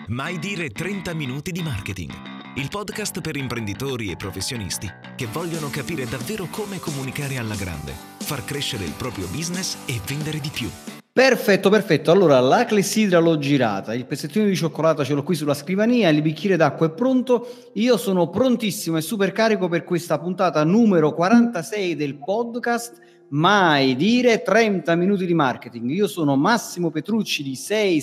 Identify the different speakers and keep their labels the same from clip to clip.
Speaker 1: Mai dire 30 minuti di marketing. Il podcast per imprenditori e professionisti che vogliono capire davvero come comunicare alla grande, far crescere il proprio business e vendere di più.
Speaker 2: Perfetto. Allora, la clessidra l'ho girata, il pezzettino di cioccolata ce l'ho qui sulla scrivania, il bicchiere d'acqua è pronto. Io sono prontissimo e super carico per questa puntata numero 46 del podcast Mai dire 30 minuti di marketing. Io sono Massimo Petrucci di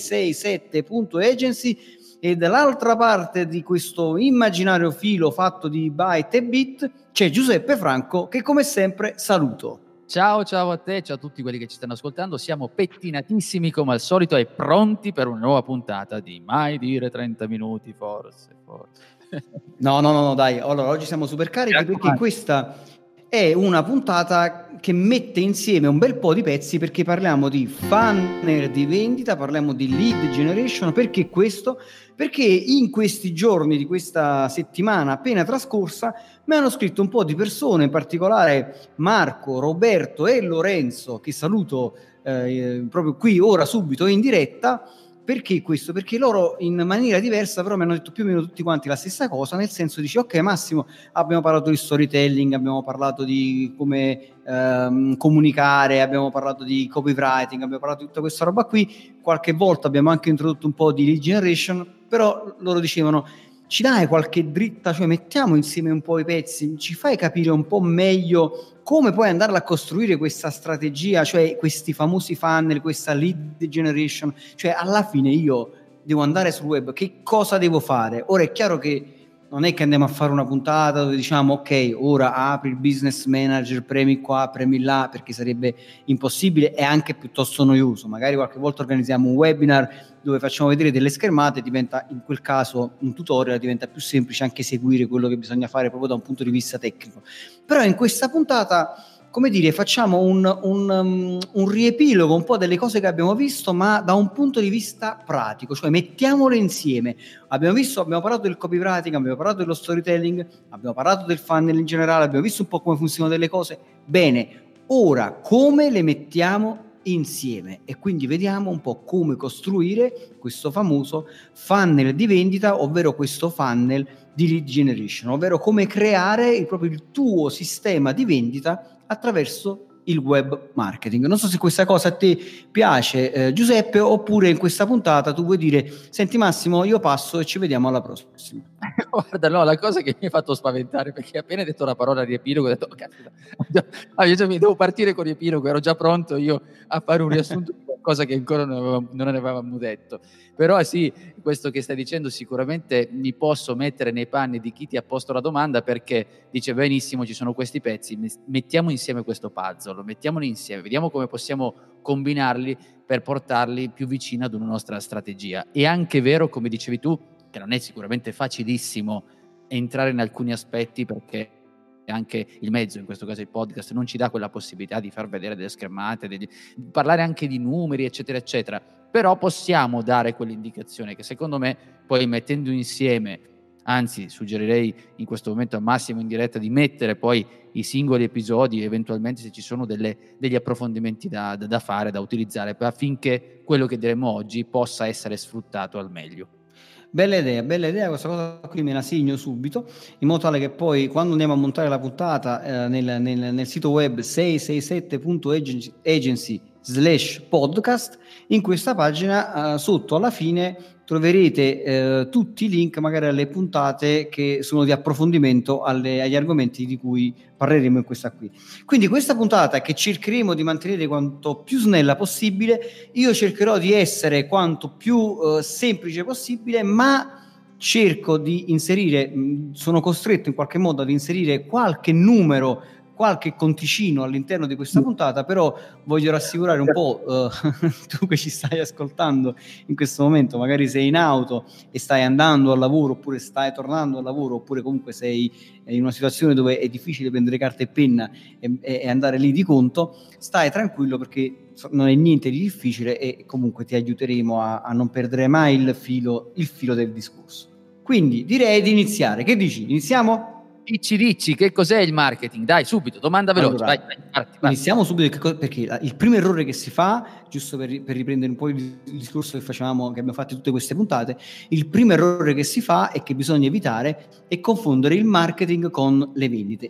Speaker 2: 667.agency e dall'altra parte di questo immaginario filo fatto di byte e bit c'è Giuseppe Franco, che come sempre saluto.
Speaker 3: Ciao a te, ciao a tutti quelli che ci stanno ascoltando. Siamo pettinatissimi come al solito e pronti per una nuova puntata di Mai dire 30 minuti, forse.
Speaker 2: No, dai. Allora, oggi siamo super carichi perché questa è una puntata che mette insieme un bel po' di pezzi, perché parliamo di funnel di vendita, parliamo di lead generation. Perché questo? Perché in questi giorni di questa settimana appena trascorsa mi hanno scritto un po' di persone, in particolare Marco, Roberto e Lorenzo, che saluto proprio qui ora subito in diretta. Perché questo? Perché loro in maniera diversa però mi hanno detto più o meno tutti quanti la stessa cosa, nel senso dice: ok Massimo, abbiamo parlato di storytelling, abbiamo parlato di come comunicare, abbiamo parlato di copywriting, abbiamo parlato di tutta questa roba qui, qualche volta abbiamo anche introdotto un po' di lead generation, però loro dicevano: ci dai qualche dritta, cioè mettiamo insieme un po' i pezzi, ci fai capire un po' meglio come puoi andarla a costruire questa strategia, cioè questi famosi funnel, questa lead generation. Cioè alla fine io devo andare sul web, che cosa devo fare? Ora è chiaro che non è che andiamo a fare una puntata dove diciamo ok, ora apri il business manager, premi qua, premi là, perché sarebbe impossibile e anche piuttosto noioso. Magari qualche volta organizziamo un webinar dove facciamo vedere delle schermate, diventa in quel caso un tutorial, diventa più semplice anche seguire quello che bisogna fare proprio da un punto di vista tecnico. Però in questa puntata, come dire, facciamo un riepilogo un po' delle cose che abbiamo visto, ma da un punto di vista pratico, cioè mettiamole insieme. Abbiamo parlato del copywriting, abbiamo parlato dello storytelling, abbiamo parlato del funnel in generale, abbiamo visto un po' come funzionano delle cose. Bene, ora come le mettiamo insieme? E quindi vediamo un po' come costruire questo famoso funnel di vendita, ovvero questo funnel di lead generation, ovvero come creare proprio il tuo sistema di vendita attraverso il web marketing. Non so se questa cosa a te piace, Giuseppe, oppure in questa puntata tu vuoi dire: senti Massimo, io passo e ci vediamo alla prossima.
Speaker 3: Guarda, no, la cosa che mi ha fatto spaventare, perché appena hai detto la parola riepilogo ho detto oh, caspita, mi devo partire con riepilogo, ero già pronto io a fare un riassunto di qualcosa che ancora non avevamo detto. Però sì, questo che stai dicendo sicuramente mi posso mettere nei panni di chi ti ha posto la domanda, perché dice benissimo, ci sono questi pezzi, mettiamo insieme questo puzzle, mettiamoli insieme, vediamo come possiamo combinarli per portarli più vicino ad una nostra strategia. È anche vero, come dicevi tu, che non è sicuramente facilissimo entrare in alcuni aspetti, perché anche il mezzo, in questo caso il podcast, non ci dà quella possibilità di far vedere delle schermate, di parlare anche di numeri, eccetera, eccetera. Però possiamo dare quell'indicazione che secondo me poi mettendo insieme, anzi suggerirei in questo momento a Massimo in diretta di mettere poi i singoli episodi, eventualmente se ci sono degli approfondimenti da fare, da utilizzare, affinché quello che diremo oggi possa essere sfruttato al meglio.
Speaker 2: Bella idea, questa cosa qui me la segno subito, in modo tale che poi quando andiamo a montare la puntata nel sito web 667.agency/podcast, in questa pagina sotto alla fine troverete tutti i link magari alle puntate che sono di approfondimento agli argomenti di cui parleremo in questa qui. Quindi questa puntata, che cercheremo di mantenere quanto più snella possibile, io cercherò di essere quanto più semplice possibile, ma cerco di inserire, sono costretto in qualche modo ad inserire qualche numero, qualche conticino all'interno di questa puntata. Però voglio rassicurare un po' tu che ci stai ascoltando in questo momento, magari sei in auto e stai andando al lavoro, oppure stai tornando al lavoro, oppure comunque sei in una situazione dove è difficile prendere carta e penna e andare lì di conto. Stai tranquillo, perché non è niente di difficile e comunque ti aiuteremo a non perdere mai il filo del discorso. Quindi direi di iniziare. Che dici? Iniziamo?
Speaker 3: Dici, che cos'è il marketing? Dai, subito, domanda veloce.
Speaker 2: Allora,
Speaker 3: vai, parti.
Speaker 2: Iniziamo subito, perché il primo errore che si fa, giusto per riprendere un po' il discorso che abbiamo fatto tutte queste puntate, il primo errore che si fa e che bisogna evitare è confondere il marketing con le vendite.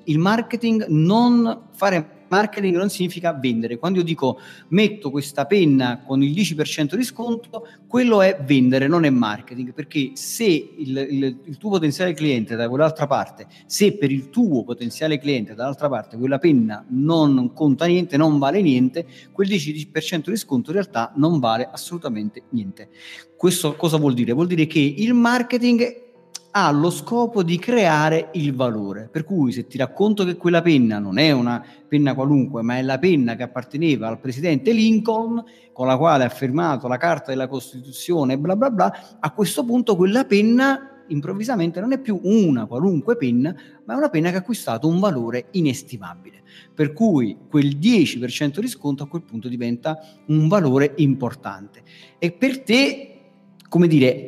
Speaker 2: Fare marketing non significa vendere. Quando io dico metto questa penna con il 10% di sconto, quello è vendere, non è marketing, perché se il tuo potenziale cliente da quell'altra parte, se per il tuo potenziale cliente dall'altra parte quella penna non conta niente, non vale niente, quel 10% di sconto in realtà non vale assolutamente niente. Questo cosa vuol dire? Vuol dire che il marketing ha lo scopo di creare il valore, per cui se ti racconto che quella penna non è una penna qualunque, ma è la penna che apparteneva al presidente Lincoln, con la quale ha firmato la Carta della Costituzione, bla bla bla, a questo punto quella penna improvvisamente non è più una qualunque penna, ma è una penna che ha acquistato un valore inestimabile, per cui quel 10% di sconto a quel punto diventa un valore importante e per te, come dire,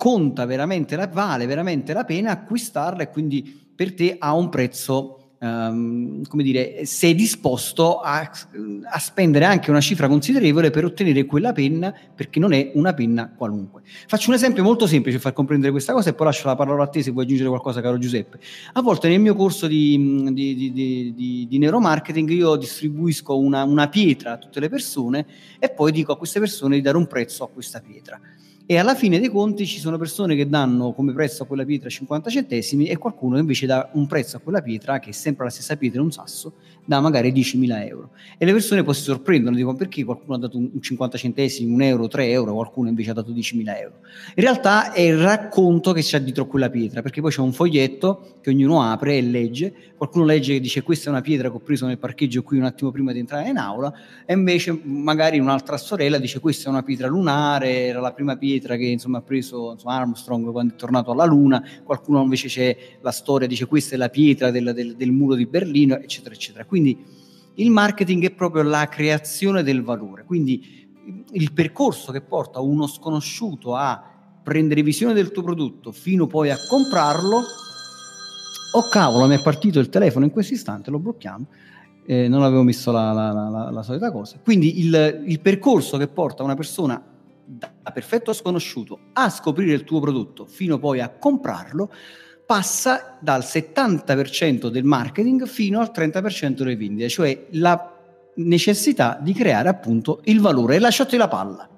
Speaker 2: vale veramente la pena acquistarla, e quindi per te ha un prezzo, come dire, sei disposto a spendere anche una cifra considerevole per ottenere quella penna, perché non è una penna qualunque. Faccio un esempio molto semplice per far comprendere questa cosa e poi lascio la parola a te se vuoi aggiungere qualcosa, caro Giuseppe. A volte nel mio corso di neuromarketing io distribuisco una pietra a tutte le persone e poi dico a queste persone di dare un prezzo a questa pietra. E alla fine dei conti ci sono persone che danno come prezzo a quella pietra 50 centesimi e qualcuno invece dà un prezzo a quella pietra, che è sempre la stessa pietra in un sasso, da magari 10.000 euro. E le persone poi si sorprendono, dicono perché qualcuno ha dato un 50 centesimi, un euro, 3 euro, qualcuno invece ha dato 10.000 euro. In realtà è il racconto che c'è dietro quella pietra, perché poi c'è un foglietto che ognuno apre e legge, qualcuno legge che dice questa è una pietra che ho preso nel parcheggio qui un attimo prima di entrare in aula, e invece magari un'altra sorella dice questa è una pietra lunare, era la prima pietra che insomma ha preso Armstrong quando è tornato alla Luna. Qualcuno invece c'è la storia, dice questa è la pietra del muro di Berlino, eccetera eccetera. Quindi il marketing è proprio la creazione del valore, quindi il percorso che porta uno sconosciuto a prendere visione del tuo prodotto fino poi a comprarlo. Oh cavolo, mi è partito il telefono in questo istante, lo blocchiamo. Non avevo messo la solita cosa. Quindi il percorso che porta una persona da perfetto sconosciuto a scoprire il tuo prodotto fino poi a comprarlo passa dal 70% del marketing fino al 30% delle vendite, cioè la necessità di creare appunto il valore. E lasciate la palla.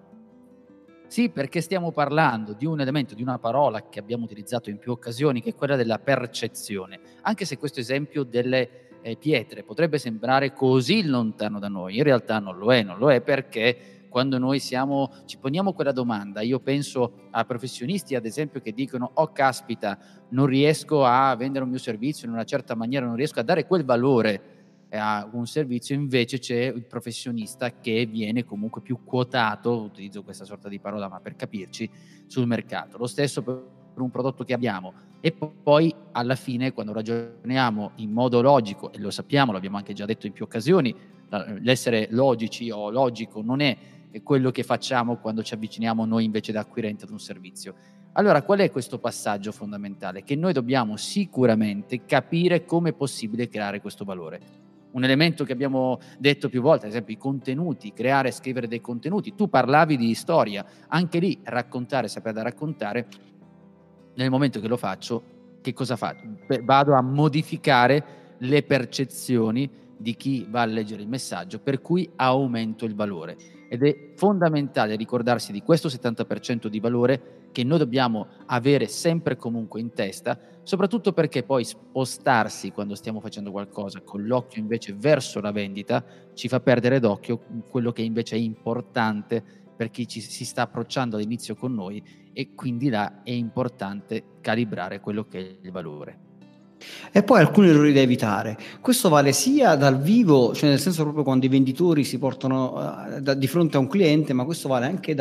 Speaker 3: Sì, perché stiamo parlando di un elemento, di una parola che abbiamo utilizzato in più occasioni, che è quella della percezione. Anche se questo esempio delle pietre potrebbe sembrare così lontano da noi, in realtà non lo è perché quando noi ci poniamo quella domanda, io penso a professionisti ad esempio che dicono oh caspita, non riesco a vendere un mio servizio in una certa maniera, non riesco a dare quel valore a un servizio, invece c'è il professionista che viene comunque più quotato, utilizzo questa sorta di parola ma per capirci, sul mercato. Lo stesso per un prodotto che abbiamo. E poi alla fine, quando ragioniamo in modo logico, e lo sappiamo, l'abbiamo anche già detto in più occasioni, l'essere logici o logico non è quello che facciamo quando ci avviciniamo noi invece da acquirente ad un servizio. Allora, qual è questo passaggio fondamentale? Che noi dobbiamo sicuramente capire come è possibile creare questo valore. Un elemento che abbiamo detto più volte, ad esempio i contenuti, creare e scrivere dei contenuti. Tu parlavi di storia, anche lì raccontare, sapere da raccontare. Nel momento che lo faccio, che cosa faccio? Vado a modificare le percezioni di chi va a leggere il messaggio, per cui aumento il valore. Ed è fondamentale ricordarsi di questo 70% di valore che noi dobbiamo avere sempre comunque in testa, soprattutto perché poi spostarsi quando stiamo facendo qualcosa con l'occhio invece verso la vendita ci fa perdere d'occhio quello che invece è importante per chi si sta approcciando all'inizio con noi, e quindi là è importante calibrare quello che è il valore.
Speaker 2: E poi alcuni errori da evitare. Questo vale sia dal vivo, cioè nel senso proprio quando i venditori si portano di fronte a un cliente, ma questo vale anche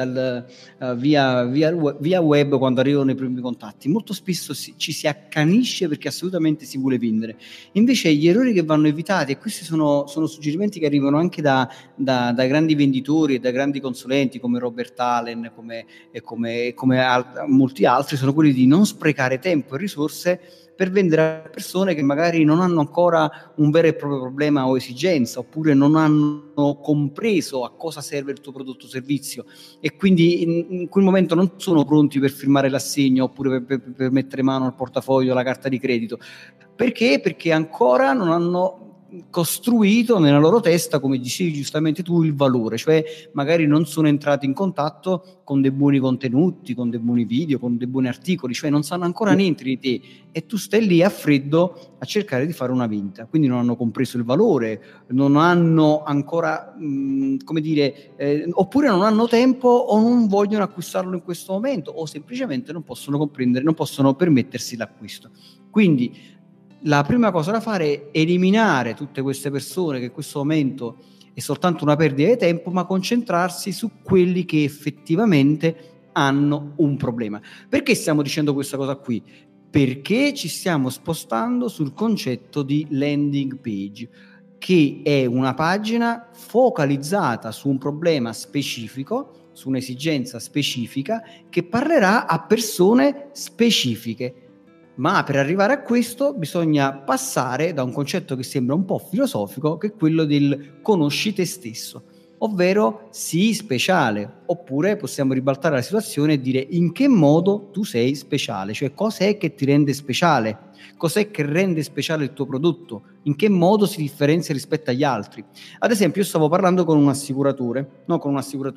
Speaker 2: via web quando arrivano i primi contatti. Molto spesso ci si accanisce perché assolutamente si vuole vendere. Invece gli errori che vanno evitati, e questi sono suggerimenti che arrivano anche da grandi venditori e da grandi consulenti come Robert Allen, come molti altri, sono quelli di non sprecare tempo e risorse per vendere a persone che magari non hanno ancora un vero e proprio problema o esigenza, oppure non hanno compreso a cosa serve il tuo prodotto o servizio, e quindi in quel momento non sono pronti per firmare l'assegno oppure per mettere mano al portafoglio, alla carta di credito. Perché? Perché ancora non hanno costruito nella loro testa, come dicevi giustamente tu, il valore, cioè magari non sono entrati in contatto con dei buoni contenuti, con dei buoni video, con dei buoni articoli, cioè non sanno ancora niente di te, e tu stai lì a freddo a cercare di fare una vendita, quindi non hanno compreso il valore, non hanno ancora come dire, oppure non hanno tempo o non vogliono acquistarlo in questo momento, o semplicemente non possono comprendere, non possono permettersi l'acquisto. Quindi la prima cosa da fare è eliminare tutte queste persone che in questo momento è soltanto una perdita di tempo, ma concentrarsi su quelli che effettivamente hanno un problema. Perché stiamo dicendo questa cosa qui? Perché ci stiamo spostando sul concetto di landing page, che è una pagina focalizzata su un problema specifico, su un'esigenza specifica, che parlerà a persone specifiche. Ma per arrivare a questo bisogna passare da un concetto che sembra un po' filosofico, che è quello del conosci te stesso, ovvero sii speciale, oppure possiamo ribaltare la situazione e dire in che modo tu sei speciale, cioè cos'è che ti rende speciale, cos'è che rende speciale il tuo prodotto, in che modo si differenzia rispetto agli altri. Ad esempio, io stavo parlando con un assicuratore, con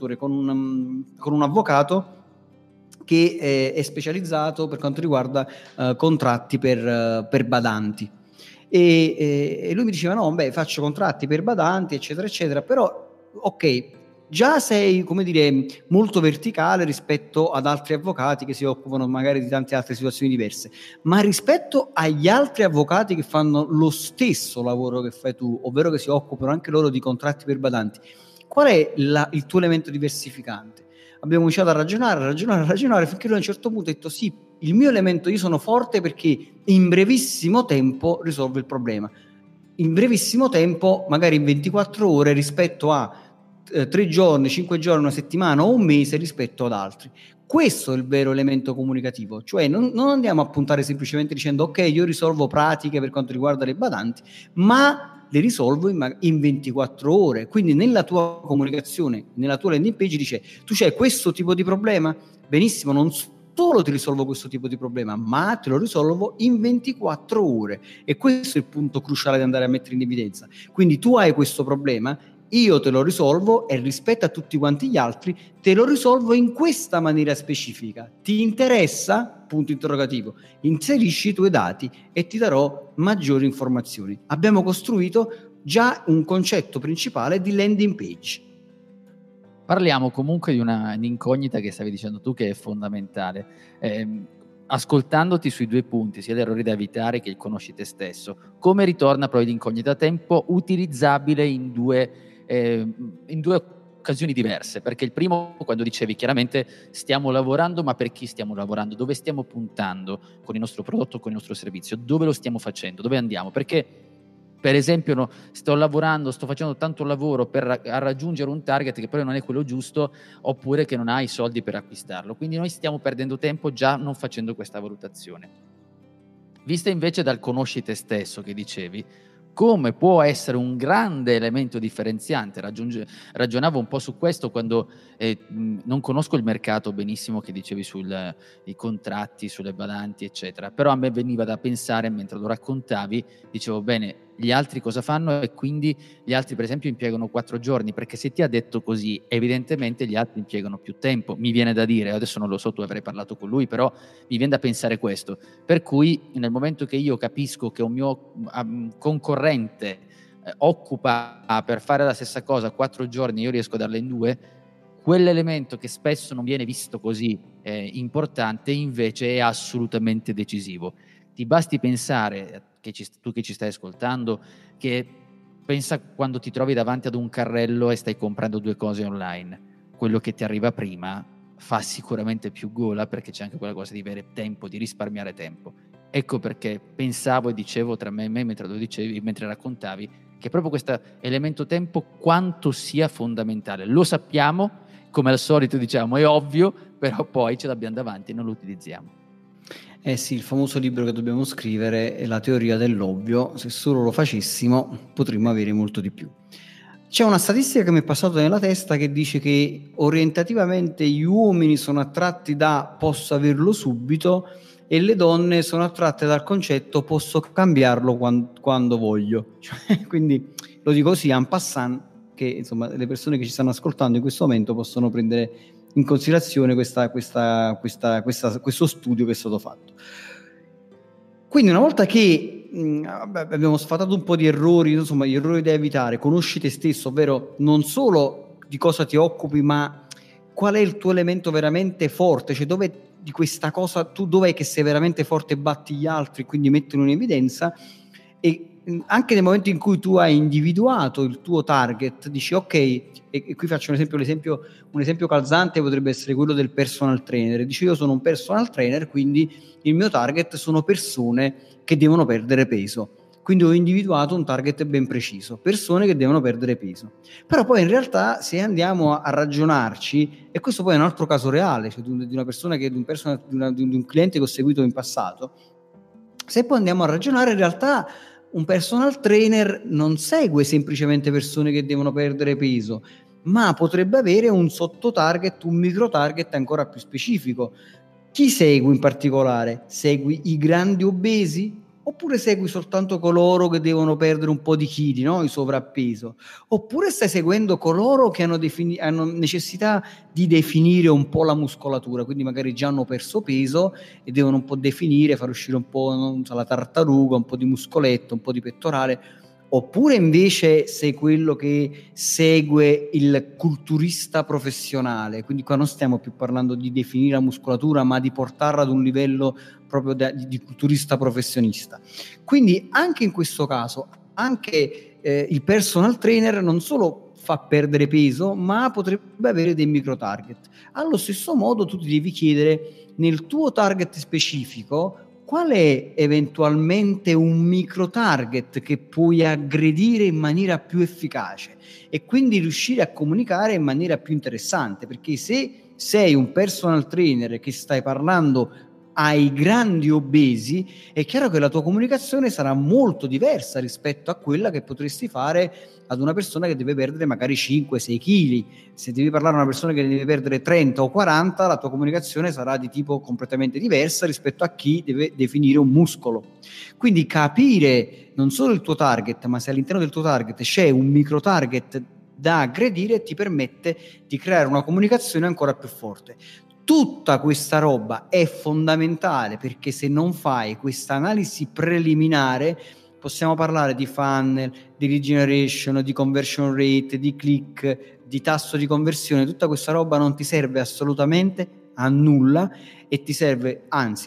Speaker 2: un avvocato che è specializzato per quanto riguarda contratti per badanti, e lui mi diceva no, faccio contratti per badanti eccetera eccetera, però ok, già sei, come dire, molto verticale rispetto ad altri avvocati che si occupano magari di tante altre situazioni diverse, ma rispetto agli altri avvocati che fanno lo stesso lavoro che fai tu, ovvero che si occupano anche loro di contratti per badanti, qual è il tuo elemento diversificante? Abbiamo cominciato a ragionare finché lui a un certo punto ha detto sì, il mio elemento, io sono forte perché in brevissimo tempo risolvo il problema. In brevissimo tempo, magari in 24 ore rispetto a 3 giorni, 5 giorni, una settimana o un mese rispetto ad altri. Questo è il vero elemento comunicativo, cioè non andiamo a puntare semplicemente dicendo ok, io risolvo pratiche per quanto riguarda le badanti, ma le risolvo in 24 ore. Quindi nella tua comunicazione, nella tua landing page dice tu c'hai questo tipo di problema? Benissimo, non solo ti risolvo questo tipo di problema, ma te lo risolvo in 24 ore. E questo è il punto cruciale da andare a mettere in evidenza. Quindi tu hai questo problema, io te lo risolvo e rispetto a tutti quanti gli altri te lo risolvo in questa maniera specifica. Ti interessa? Punto interrogativo. Inserisci i tuoi dati e ti darò maggiori informazioni. Abbiamo costruito già un concetto principale di landing page.
Speaker 3: Parliamo comunque di un'incognita che stavi dicendo tu, che è fondamentale. Ascoltandoti sui due punti, sia l'errore da evitare che il conosci te stesso, come ritorna poi l'incognita a tempo utilizzabile in due occasioni diverse, perché il primo, quando dicevi chiaramente stiamo lavorando, ma per chi stiamo lavorando, dove stiamo puntando con il nostro prodotto, con il nostro servizio, dove lo stiamo facendo, dove andiamo, perché per esempio sto facendo tanto lavoro per raggiungere un target che poi non è quello giusto, oppure che non hai i soldi per acquistarlo, quindi noi stiamo perdendo tempo già non facendo questa valutazione. Vista invece dal conosci te stesso che dicevi, come può essere un grande elemento differenziante. Ragionavo un po' su questo quando non conosco il mercato benissimo che dicevi sui contratti, sulle badanti eccetera, però a me veniva da pensare, mentre lo raccontavi, dicevo bene, gli altri cosa fanno, e quindi gli altri per esempio impiegano 4 giorni, perché se ti ha detto così evidentemente gli altri impiegano più tempo, mi viene da dire, adesso non lo so, tu avrai parlato con lui, però mi viene da pensare questo, per cui nel momento che io capisco che un mio concorrente occupa per fare la stessa cosa 4 giorni, io riesco a darle in 2, quell'elemento che spesso non viene visto così importante invece è assolutamente decisivo. Ti basti pensare, tu che ci stai ascoltando, che pensa quando ti trovi davanti ad un carrello e stai comprando 2 cose online, quello che ti arriva prima fa sicuramente più gola, perché c'è anche quella cosa di avere tempo, di risparmiare tempo. Ecco perché pensavo e dicevo tra me e me mentre lo dicevi, mentre raccontavi, che proprio questo elemento tempo quanto sia fondamentale. Lo sappiamo, come al solito diciamo è ovvio, però poi ce l'abbiamo davanti e non lo utilizziamo.
Speaker 2: Eh sì, il famoso libro che dobbiamo scrivere è La teoria dell'ovvio. Se solo lo facessimo potremmo avere molto di più. C'è una statistica che mi è passata nella testa che dice che orientativamente gli uomini sono attratti da posso averlo subito e le donne sono attratte dal concetto posso cambiarlo quando voglio. Quindi lo dico così en passant, che insomma le persone che ci stanno ascoltando in questo momento possono prendere in considerazione questo studio che è stato fatto. Quindi una volta che abbiamo sfatato un po' di errori, insomma gli errori da evitare, conosci te stesso, ovvero non solo di cosa ti occupi, ma qual è il tuo elemento veramente forte, cioè dove di questa cosa tu dov'è che sei veramente forte e batti gli altri, quindi mettono in evidenza. E anche nel momento in cui tu hai individuato il tuo target, dici ok, e qui faccio un esempio calzante potrebbe essere quello del personal trainer. Dici io sono un personal trainer, quindi il mio target sono persone che devono perdere peso. Quindi ho individuato un target ben preciso, persone che devono perdere peso. Però poi in realtà se andiamo a ragionarci, e questo poi è un altro caso reale, cioè di una persona di un cliente che ho seguito in passato, se poi andiamo a ragionare in realtà un personal trainer non segue semplicemente persone che devono perdere peso, ma potrebbe avere un sottotarget, un microtarget ancora più specifico. Chi segui in particolare? Segui i grandi obesi? Oppure segui soltanto coloro che devono perdere un po' di chili, no? Il sovrappeso? Oppure stai seguendo coloro che hanno necessità di definire un po' la muscolatura, quindi magari già hanno perso peso e devono un po' definire, far uscire un po', non so, la tartaruga, un po' di muscoletto, un po' di pettorale? Oppure invece sei quello che segue il culturista professionale, quindi qua non stiamo più parlando di definire la muscolatura, ma di portarla ad un livello proprio di culturista professionista. Quindi anche in questo caso, anche il personal trainer non solo fa perdere peso, ma potrebbe avere dei micro target. Allo stesso modo tu ti devi chiedere nel tuo target specifico qual è eventualmente un micro target che puoi aggredire in maniera più efficace e quindi riuscire a comunicare in maniera più interessante, perché se sei un personal trainer che stai parlando ai grandi obesi, è chiaro che la tua comunicazione sarà molto diversa rispetto a quella che potresti fare ad una persona che deve perdere magari 5-6 kg. Se devi parlare a una persona che deve perdere 30 o 40, la tua comunicazione sarà di tipo completamente diversa rispetto a chi deve definire un muscolo. Quindi capire non solo il tuo target, ma se all'interno del tuo target c'è un micro target da aggredire, ti permette di creare una comunicazione ancora più forte. Tutta questa roba è fondamentale, perché se non fai questa analisi preliminare possiamo parlare di funnel, di lead generation, di conversion rate, di click, di tasso di conversione. Tutta questa roba non ti serve assolutamente a nulla e ti serve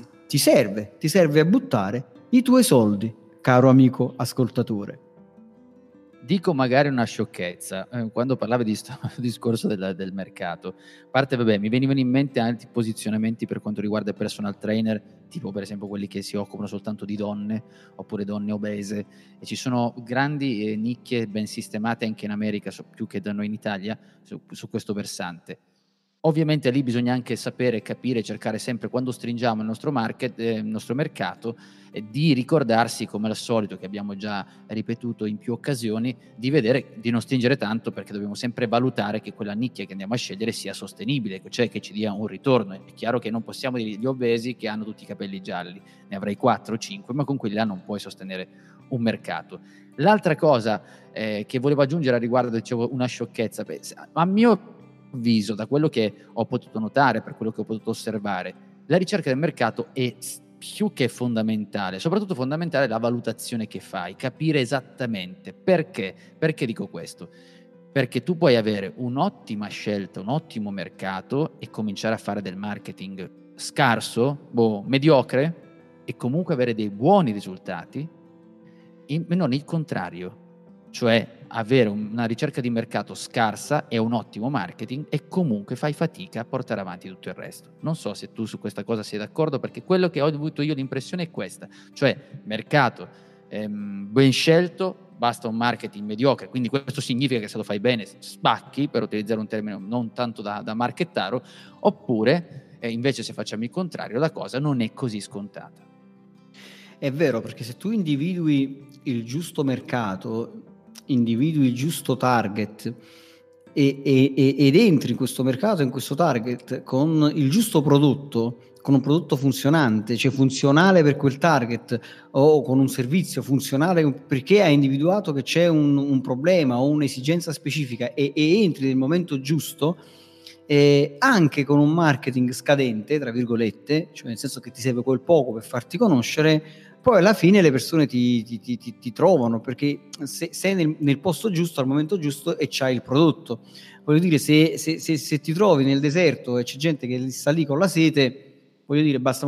Speaker 2: a buttare i tuoi soldi, caro amico ascoltatore.
Speaker 3: Dico magari una sciocchezza, quando parlavi di sto discorso del mercato, a parte mi venivano in mente altri posizionamenti per quanto riguarda il personal trainer, tipo per esempio quelli che si occupano soltanto di donne, oppure donne obese, e ci sono grandi nicchie ben sistemate anche in America, più che da noi in Italia, su questo versante. Ovviamente lì bisogna anche sapere, capire, cercare sempre quando stringiamo il nostro mercato, di ricordarsi, come al solito, che abbiamo già ripetuto in più occasioni, di vedere, di non stringere tanto, perché dobbiamo sempre valutare che quella nicchia che andiamo a scegliere sia sostenibile, cioè che ci dia un ritorno. È chiaro che non possiamo dire gli obesi che hanno tutti i capelli gialli, ne avrai 4 o 5, ma con quelli là non puoi sostenere un mercato. L'altra cosa che volevo aggiungere a riguardo, dicevo una sciocchezza, a mio avviso, da quello che ho potuto notare, per quello che ho potuto osservare, la ricerca del mercato è più che fondamentale, soprattutto fondamentale la valutazione che fai, capire esattamente perché. Perché dico questo? Perché tu puoi avere un'ottima scelta, un ottimo mercato e cominciare a fare del marketing scarso, mediocre, e comunque avere dei buoni risultati, non il contrario. Cioè avere una ricerca di mercato scarsa e un ottimo marketing e comunque fai fatica a portare avanti tutto il resto. Non so se tu su questa cosa sei d'accordo, perché quello che ho avuto io l'impressione è questa, cioè mercato ben scelto, basta un marketing mediocre, quindi questo significa che se lo fai bene spacchi, per utilizzare un termine non tanto da marchettaro, oppure invece se facciamo il contrario la cosa non è così scontata.
Speaker 2: È vero, perché se tu individui il giusto mercato, individui il giusto target ed entri in questo mercato, in questo target con il giusto prodotto, con un prodotto funzionante, cioè funzionale per quel target, o con un servizio funzionale perché hai individuato che c'è un problema o un'esigenza specifica e entri nel momento giusto, anche con un marketing scadente, tra virgolette, cioè nel senso che ti serve quel poco per farti conoscere, poi alla fine le persone ti trovano, perché sei nel posto giusto al momento giusto e c'hai il prodotto. Voglio dire, se ti trovi nel deserto e c'è gente che sta lì con la sete, voglio dire, basta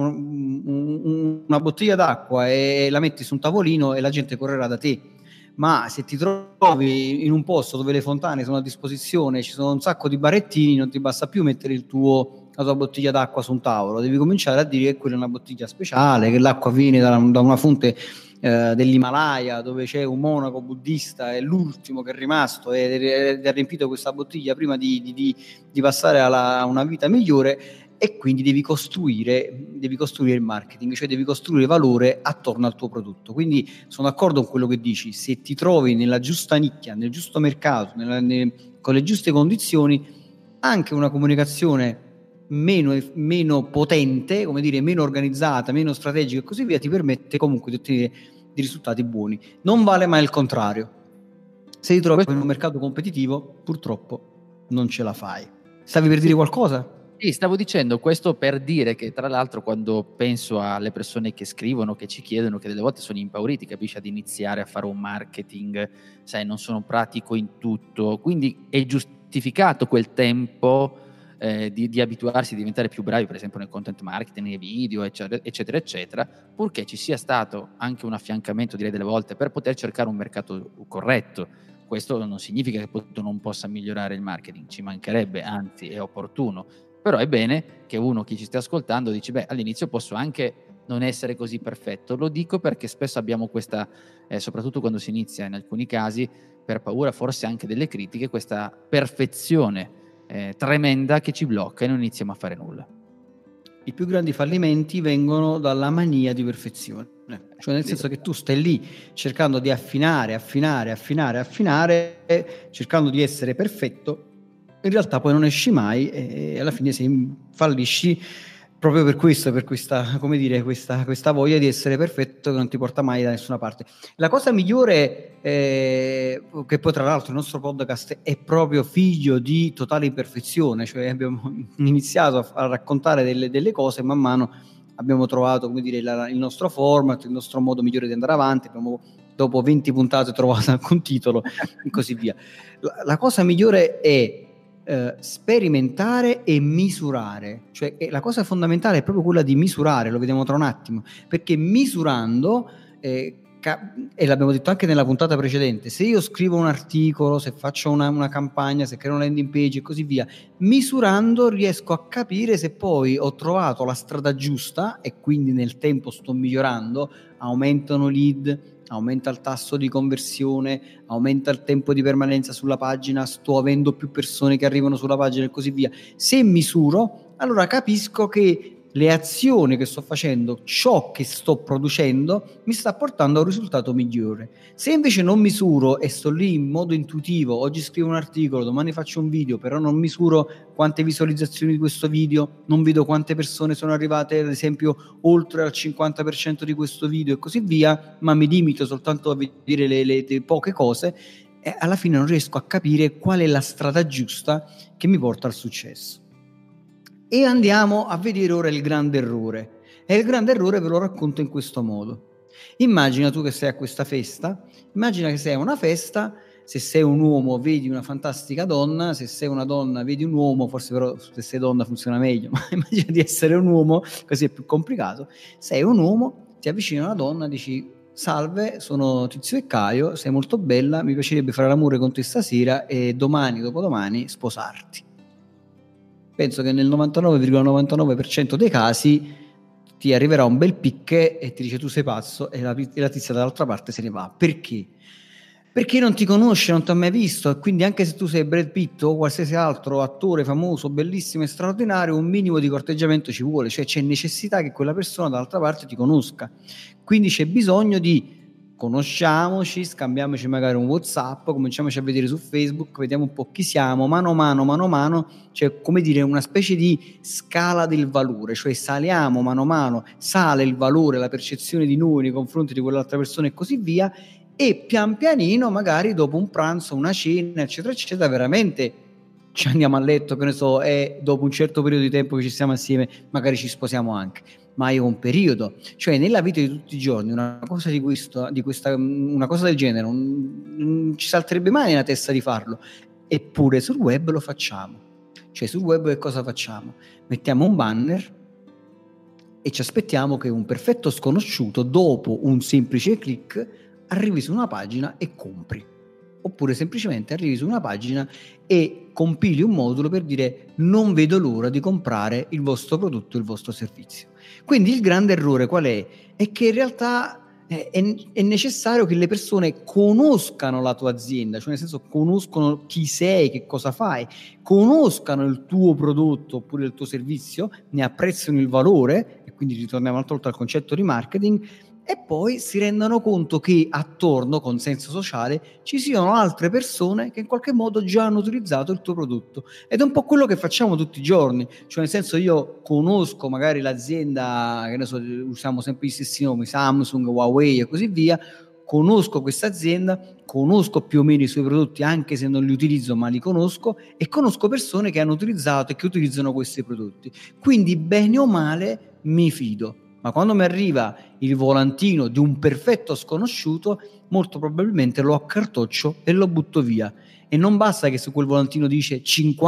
Speaker 2: una bottiglia d'acqua e la metti su un tavolino e la gente correrà da te. Ma se ti trovi in un posto dove le fontane sono a disposizione, ci sono un sacco di barettini, non ti basta più mettere la tua bottiglia d'acqua su un tavolo, devi cominciare a dire che quella è una bottiglia speciale, che l'acqua viene da una fonte dell'Himalaya, dove c'è un monaco buddista, è l'ultimo che è rimasto ed ha riempito questa bottiglia prima di passare a una vita migliore. E quindi devi costruire il marketing, cioè devi costruire valore attorno al tuo prodotto. Quindi sono d'accordo con quello che dici: se ti trovi nella giusta nicchia, nel giusto mercato, con le giuste condizioni, anche una comunicazione meno potente, come dire, meno organizzata, meno strategica e così via, ti permette comunque di ottenere dei risultati buoni. Non vale mai il contrario. Se ti trovi in un mercato competitivo, purtroppo non ce la fai. Stavi per dire qualcosa?
Speaker 3: Sì, stavo dicendo questo per dire che, tra l'altro, quando penso alle persone che scrivono, che ci chiedono, che delle volte sono impauriti, capisci, ad iniziare a fare un marketing, sai, non sono pratico in tutto, quindi è giustificato quel tempo di abituarsi a diventare più bravi, per esempio nel content marketing, nei video, eccetera, eccetera, purché ci sia stato anche un affiancamento, direi, delle volte, per poter cercare un mercato corretto. Questo non significa che non possa migliorare il marketing, ci mancherebbe, anzi è opportuno. Però è bene che uno, chi ci sta ascoltando, dice: beh, all'inizio posso anche non essere così perfetto. Lo dico perché spesso abbiamo questa, soprattutto quando si inizia, in alcuni casi, per paura forse anche delle critiche, questa perfezione tremenda che ci blocca e non iniziamo a fare nulla.
Speaker 2: I più grandi fallimenti vengono dalla mania di perfezione, cioè nel senso che tu stai lì cercando di affinare, cercando di essere perfetto. In realtà poi non esci mai e alla fine fallisci proprio per questo, per questa, come dire, questa voglia di essere perfetto che non ti porta mai da nessuna parte. La cosa migliore, che poi tra l'altro il nostro podcast è proprio figlio di totale imperfezione, cioè abbiamo iniziato a raccontare delle cose, man mano abbiamo trovato, come dire, il nostro format, il nostro modo migliore di andare avanti, abbiamo dopo 20 puntate trovato anche un titolo e così via. La cosa migliore è sperimentare e misurare, cioè la cosa fondamentale è proprio quella di misurare, lo vediamo tra un attimo, perché misurando, e l'abbiamo detto anche nella puntata precedente, se io scrivo un articolo, se faccio una campagna, se creo una landing page e così via, misurando riesco a capire se poi ho trovato la strada giusta e quindi nel tempo sto migliorando, aumentano lead, aumenta il tasso di conversione, aumenta il tempo di permanenza sulla pagina, sto avendo più persone che arrivano sulla pagina e così via. Se misuro, allora capisco che le azioni che sto facendo, ciò che sto producendo, mi sta portando a un risultato migliore. Se invece non misuro e sto lì in modo intuitivo, oggi scrivo un articolo, domani faccio un video, però non misuro quante visualizzazioni di questo video, non vedo quante persone sono arrivate, ad esempio, oltre al 50% di questo video e così via, ma mi limito soltanto a vedere le poche cose, e alla fine non riesco a capire qual è la strada giusta che mi porta al successo. E andiamo a vedere ora il grande errore. E il grande errore ve lo racconto in questo modo. Immagina tu che sei a questa festa, immagina che sei a una festa, se sei un uomo vedi una fantastica donna, se sei una donna vedi un uomo, forse però se sei donna funziona meglio, ma immagina di essere un uomo, così è più complicato. Sei un uomo, ti avvicina una donna, dici: salve, sono Tizio e Caio, sei molto bella, mi piacerebbe fare l'amore con te stasera e domani, dopodomani, sposarti. Penso che nel 99,99% dei casi ti arriverà un bel picche e ti dice: tu sei pazzo, e la tizia dall'altra parte se ne va. Perché? perché non ti conosce, non ti ha mai visto, e quindi anche se tu sei Brad Pitt o qualsiasi altro attore famoso, bellissimo e straordinario, un minimo di corteggiamento ci vuole, cioè c'è necessità che quella persona dall'altra parte ti conosca, quindi c'è bisogno di conosciamoci, scambiamoci magari un WhatsApp, cominciamoci a vedere su Facebook, vediamo un po' chi siamo, mano a mano, cioè come dire una specie di scala del valore, cioè saliamo mano a mano, sale il valore, la percezione di noi nei confronti di quell'altra persona e così via, e pian pianino magari dopo un pranzo, una cena, eccetera eccetera, veramente ci andiamo a letto, che ne so, e dopo un certo periodo di tempo che ci stiamo assieme magari ci sposiamo anche, ma è un periodo, cioè nella vita di tutti i giorni una cosa una cosa del genere non ci salterebbe mai nella testa di farlo, eppure sul web lo facciamo. Cioè sul web che cosa facciamo? Mettiamo un banner e ci aspettiamo che un perfetto sconosciuto dopo un semplice click arrivi su una pagina e compri, oppure semplicemente arrivi su una pagina e compili un modulo per dire non vedo l'ora di comprare il vostro prodotto, il vostro servizio. Quindi il grande errore qual è? È che in realtà è necessario che le persone conoscano la tua azienda, cioè nel senso conoscono chi sei, che cosa fai, conoscano il tuo prodotto oppure il tuo servizio, ne apprezzano il valore, e quindi ritorniamo un'altra volta al concetto di marketing, e poi si rendono conto che attorno, consenso sociale, ci siano altre persone che in qualche modo già hanno utilizzato il tuo prodotto, ed è un po' quello che facciamo tutti i giorni, cioè nel senso io conosco magari l'azienda, che ne so, usiamo sempre gli stessi nomi, Samsung, Huawei e così via, conosco questa azienda, conosco più o meno i suoi prodotti anche se non li utilizzo, ma li conosco, e conosco persone che hanno utilizzato e che utilizzano questi prodotti, quindi bene o male mi fido. Ma quando mi arriva il volantino di un perfetto sconosciuto, molto probabilmente lo accartoccio e lo butto via. E non basta che su quel volantino dice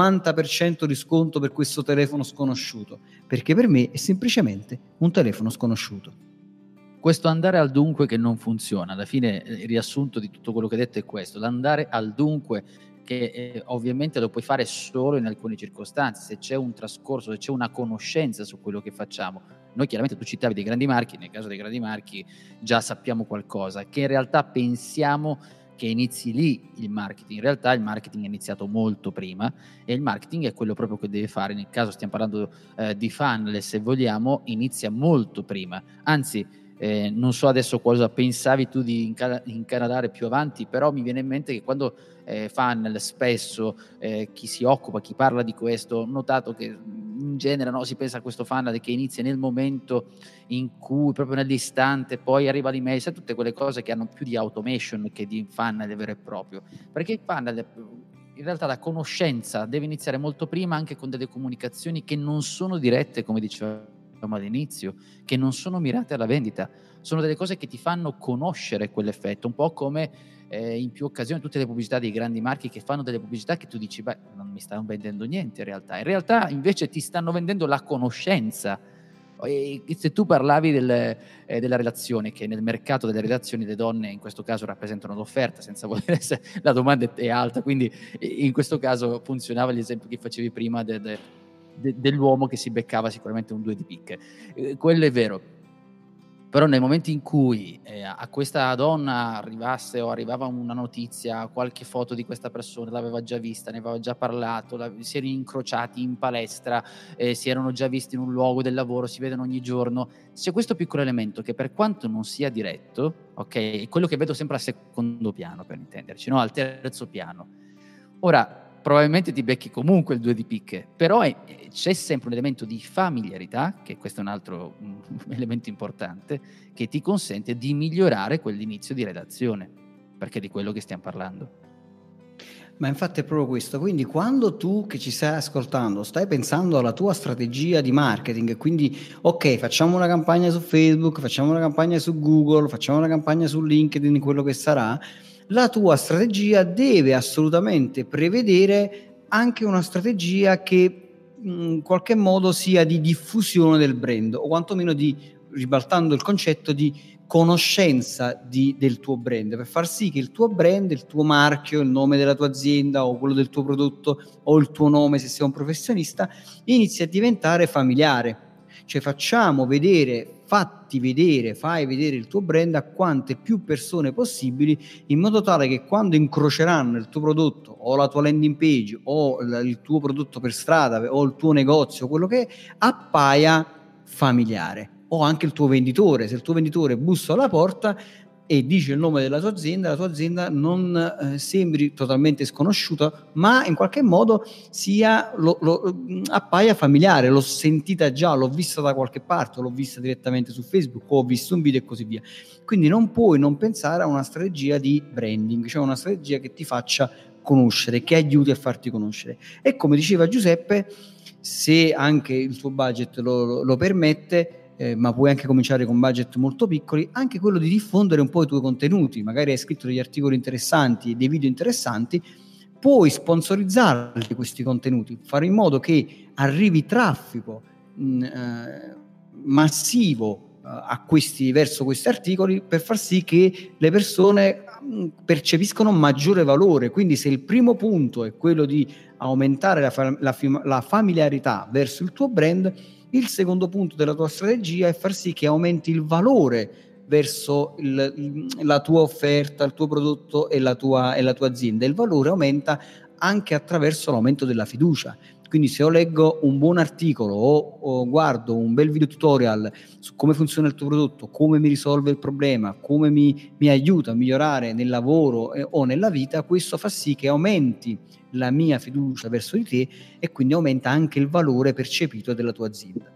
Speaker 2: 50% di sconto per questo telefono sconosciuto, perché per me è semplicemente un telefono sconosciuto.
Speaker 3: Questo andare al dunque che non funziona, alla fine il riassunto di tutto quello che hai detto è questo, l'andare al dunque che ovviamente lo puoi fare solo in alcune circostanze, se c'è un trascorso, se c'è una conoscenza su quello che facciamo. Noi chiaramente, tu citavi dei grandi marchi, nel caso dei grandi marchi già sappiamo qualcosa, che in realtà pensiamo che inizi lì il marketing. In realtà il marketing è iniziato molto prima, e il marketing è quello proprio che deve fare, nel caso stiamo parlando di funnel, se vogliamo, inizia molto prima, anzi non so adesso cosa pensavi tu di incanalare più avanti, però mi viene in mente che quando funnel spesso chi si occupa, chi parla di questo, ho notato che in genere si pensa a questo funnel che inizia nel momento in cui, proprio nell'istante, poi arriva l'email, sai, tutte quelle cose che hanno più di automation che di funnel vero e proprio, perché il funnel in realtà la conoscenza deve iniziare molto prima, anche con delle comunicazioni che non sono dirette, come dicevamo all'inizio, che non sono mirate alla vendita, sono delle cose che ti fanno conoscere quell'effetto, un po' come in più occasioni tutte le pubblicità dei grandi marchi che fanno delle pubblicità che tu dici beh, non mi stanno vendendo niente in realtà invece ti stanno vendendo la conoscenza. E se tu parlavi della relazione, che nel mercato delle relazioni le donne in questo caso rappresentano l'offerta, senza voler essere, la domanda è alta, quindi in questo caso funzionava l'esempio che facevi prima dell'uomo che si beccava sicuramente un 2 di picche, quello è vero, però nel momento in cui a questa donna arrivava una notizia, qualche foto di questa persona, l'aveva già vista, ne aveva già parlato, si erano incrociati in palestra, si erano già visti in un luogo del lavoro, si vedono ogni giorno, c'è questo piccolo elemento che, per quanto non sia diretto, ok, è quello che vedo sempre al secondo piano, per intenderci, no? Al terzo piano. Ora, probabilmente ti becchi comunque il 2 di picche, però c'è sempre un elemento di familiarità, che questo è un altro elemento importante, che ti consente di migliorare quell'inizio di redazione, perché è di quello che stiamo parlando.
Speaker 2: Ma infatti è proprio questo, quindi quando tu che ci stai ascoltando stai pensando alla tua strategia di marketing, quindi ok, facciamo una campagna su Facebook, facciamo una campagna su Google, facciamo una campagna su LinkedIn, quello che sarà, la tua strategia deve assolutamente prevedere anche una strategia che in qualche modo sia di diffusione del brand, o quantomeno di, ribaltando il concetto, di conoscenza del tuo brand, per far sì che il tuo brand, il tuo marchio, il nome della tua azienda o quello del tuo prodotto o il tuo nome se sei un professionista inizi a diventare familiare. Cioè facciamo vedere fai vedere il tuo brand a quante più persone possibili, in modo tale che quando incroceranno il tuo prodotto o la tua landing page o il tuo prodotto per strada o il tuo negozio, quello che è, appaia familiare. O anche il tuo venditore, se il tuo venditore bussa alla porta e dice il nome della tua azienda non sembri totalmente sconosciuta, ma in qualche modo appaia familiare. L'ho sentita già, l'ho vista da qualche parte, l'ho vista direttamente su Facebook, ho visto un video e così via. Quindi non puoi non pensare a una strategia di branding, cioè una strategia che ti faccia conoscere, che aiuti a farti conoscere. E come diceva Giuseppe, se anche il tuo budget lo permette, ma puoi anche cominciare con budget molto piccoli, anche quello di diffondere un po' i tuoi contenuti. Magari hai scritto degli articoli interessanti, dei video interessanti, puoi sponsorizzarli questi contenuti, fare in modo che arrivi traffico massivo verso questi articoli, per far sì che le persone percepiscono maggiore valore. Quindi se il primo punto è quello di aumentare la familiarità verso il tuo brand, il secondo punto della tua strategia è far sì che aumenti il valore verso la tua offerta, il tuo prodotto e la tua azienda. Il valore aumenta anche attraverso l'aumento della fiducia. Quindi se io leggo un buon articolo o guardo un bel video tutorial su come funziona il tuo prodotto, come mi risolve il problema, come mi aiuta a migliorare nel lavoro o nella vita, questo fa sì che aumenti la mia fiducia verso di te e quindi aumenta anche il valore percepito della tua azienda.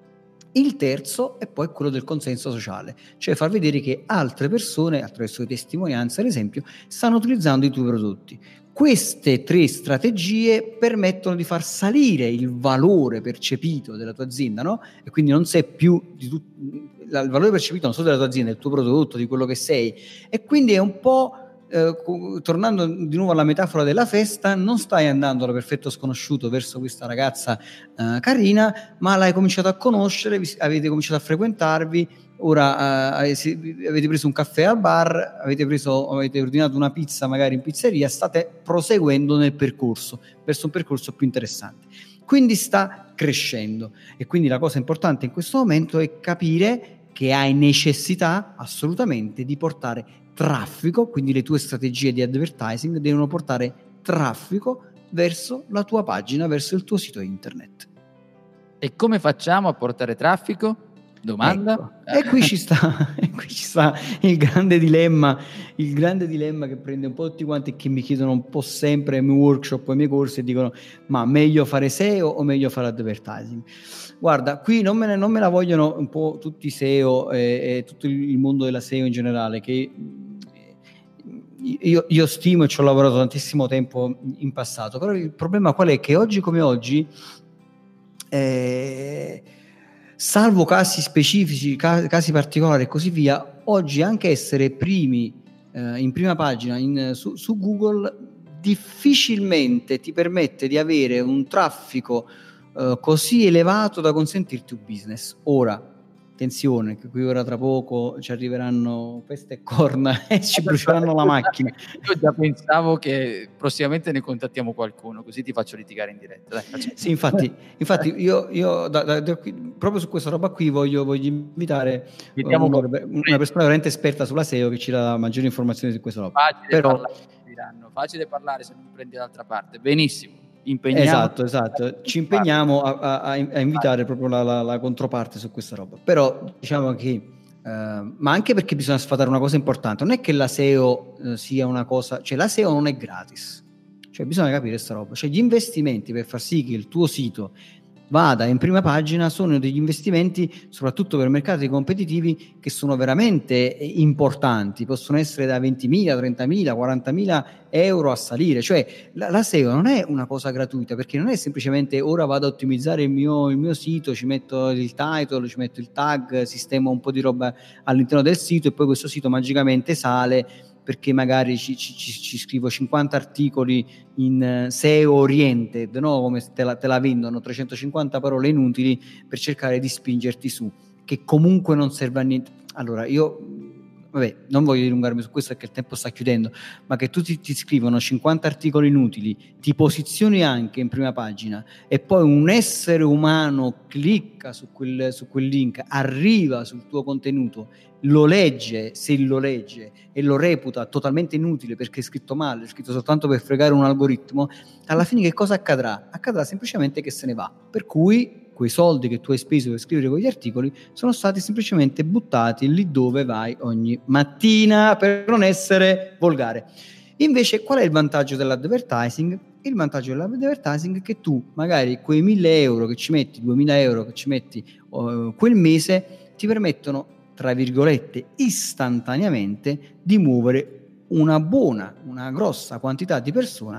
Speaker 2: Il terzo è poi quello del consenso sociale, cioè far vedere che altre persone, attraverso le testimonianze ad esempio, stanno utilizzando i tuoi prodotti. Queste 3 strategie permettono di far salire il valore percepito della tua azienda, no? E quindi non sei più il valore percepito non solo della tua azienda, del tuo prodotto, di quello che sei, e quindi è un po', tornando di nuovo alla metafora della festa, non stai andando alla perfetto sconosciuto verso questa ragazza carina, ma l'hai cominciato a conoscere, avete cominciato a frequentarvi, ora avete preso un caffè al bar, avete ordinato una pizza magari in pizzeria, state proseguendo nel percorso verso un percorso più interessante, quindi sta crescendo. E quindi la cosa importante in questo momento è capire che hai necessità assolutamente di portare traffico, quindi le tue strategie di advertising devono portare traffico verso la tua pagina, verso il tuo sito internet.
Speaker 3: E come facciamo a portare traffico? Domanda.
Speaker 2: Ecco. E qui ci sta il grande dilemma che prende un po' tutti quanti e che mi chiedono un po' sempre ai miei workshop, ai miei corsi, e dicono: ma meglio fare SEO o meglio fare advertising? Guarda, qui non me la vogliono un po' tutti i SEO e tutto il mondo della SEO in generale, che io stimo e ci ho lavorato tantissimo tempo in passato, però il problema qual è? Che oggi come oggi, salvo casi specifici, casi particolari e così via, oggi anche essere primi in prima pagina su Google difficilmente ti permette di avere un traffico così elevato da consentirti un business. Ora, attenzione, che qui ora tra poco ci arriveranno peste e corna e ci bruceranno la macchina.
Speaker 3: Io già pensavo che prossimamente ne contattiamo qualcuno, così ti faccio litigare in diretta. Dai,
Speaker 2: sì, infatti io proprio su questa roba qui voglio invitare una persona veramente esperta sulla SEO che ci dà maggiori informazioni su questa roba.
Speaker 3: Facile parlare se non prendi l'altra parte. Benissimo. Esatto.
Speaker 2: Ci impegniamo a invitare proprio la controparte su questa roba. Però diciamo che ma anche perché bisogna sfatare una cosa importante, non è che la SEO sia una cosa, cioè la SEO non è gratis, cioè bisogna capire sta roba, cioè gli investimenti per far sì che il tuo sito vada in prima pagina sono degli investimenti, soprattutto per mercati competitivi, che sono veramente importanti, possono essere da 20.000, 30.000, 40.000 euro a salire. Cioè la SEO non è una cosa gratuita, perché non è semplicemente ora vado a ottimizzare il mio sito, ci metto il title, ci metto il tag, sistemo un po' di roba all'interno del sito e poi questo sito magicamente sale, perché magari ci scrivo 50 articoli in SEO oriented, no? Come te la vendono, 350 parole inutili per cercare di spingerti su, che comunque non serve a niente. Allora, io vabbè, non voglio dilungarmi su questo perché il tempo sta chiudendo, ma che tu ti scrivono 50 articoli inutili, ti posizioni anche in prima pagina e poi un essere umano clicca su quel link, arriva sul tuo contenuto, lo legge, se lo legge, e lo reputa totalmente inutile perché è scritto male, è scritto soltanto per fregare un algoritmo, alla fine che cosa accadrà? Accadrà semplicemente che se ne va, per cui quei soldi che tu hai speso per scrivere quegli articoli sono stati semplicemente buttati lì dove vai ogni mattina, per non essere volgare. Invece qual è il vantaggio dell'advertising? Il vantaggio dell'advertising è che tu magari quei 1.000 euro che ci metti, 2.000 euro che ci metti quel mese ti permettono, tra virgolette, istantaneamente di muovere una grossa quantità di persone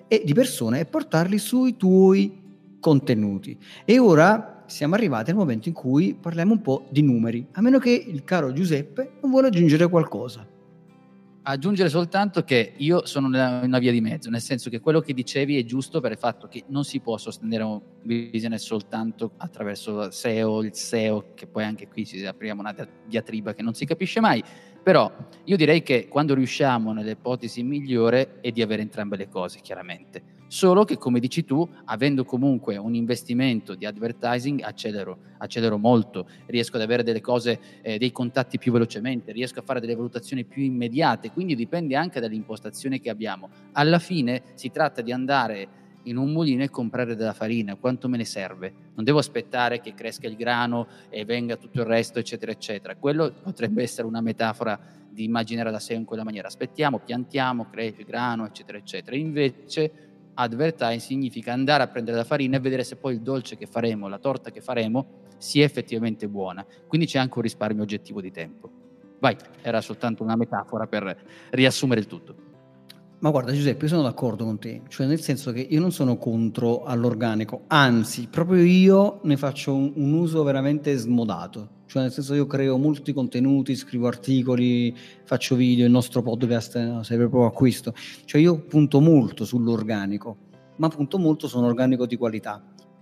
Speaker 2: e portarli sui tuoi contenuti. E ora siamo arrivati al momento in cui parliamo un po' di numeri, a meno che il caro Giuseppe non vuole aggiungere qualcosa.
Speaker 3: Aggiungere soltanto che io sono nella una via di mezzo, nel senso che quello che dicevi è giusto per il fatto che non si può sostenere un business soltanto attraverso SEO, il SEO, che poi anche qui ci apriamo una diatriba che non si capisce mai, però io direi che quando riusciamo nell'ipotesi migliore è di avere entrambe le cose, chiaramente. Solo che, come dici tu, avendo comunque un investimento di advertising, accelero molto, riesco ad avere delle cose, dei contatti più velocemente, riesco a fare delle valutazioni più immediate, quindi dipende anche dall'impostazione che abbiamo. Alla fine si tratta di andare in un mulino e comprare della farina, quanto me ne serve? Non devo aspettare che cresca il grano e venga tutto il resto, eccetera, eccetera. Quello potrebbe essere una metafora di immaginare la SEO in quella maniera. Aspettiamo, piantiamo, cresce il grano, eccetera, eccetera. Invece advertising significa andare a prendere la farina e vedere se poi il dolce che faremo, la torta che faremo, sia effettivamente buona. Quindi c'è anche un risparmio oggettivo di tempo. Vai, era soltanto una metafora per riassumere il tutto.
Speaker 2: Ma guarda Giuseppe, io sono d'accordo con te, cioè nel senso che io non sono contro all'organico, anzi proprio io ne faccio un uso veramente smodato, cioè nel senso io creo molti contenuti, scrivo articoli, faccio video, il nostro podcast serve proprio a questo, cioè io punto molto sull'organico, ma punto molto su un organico di qualità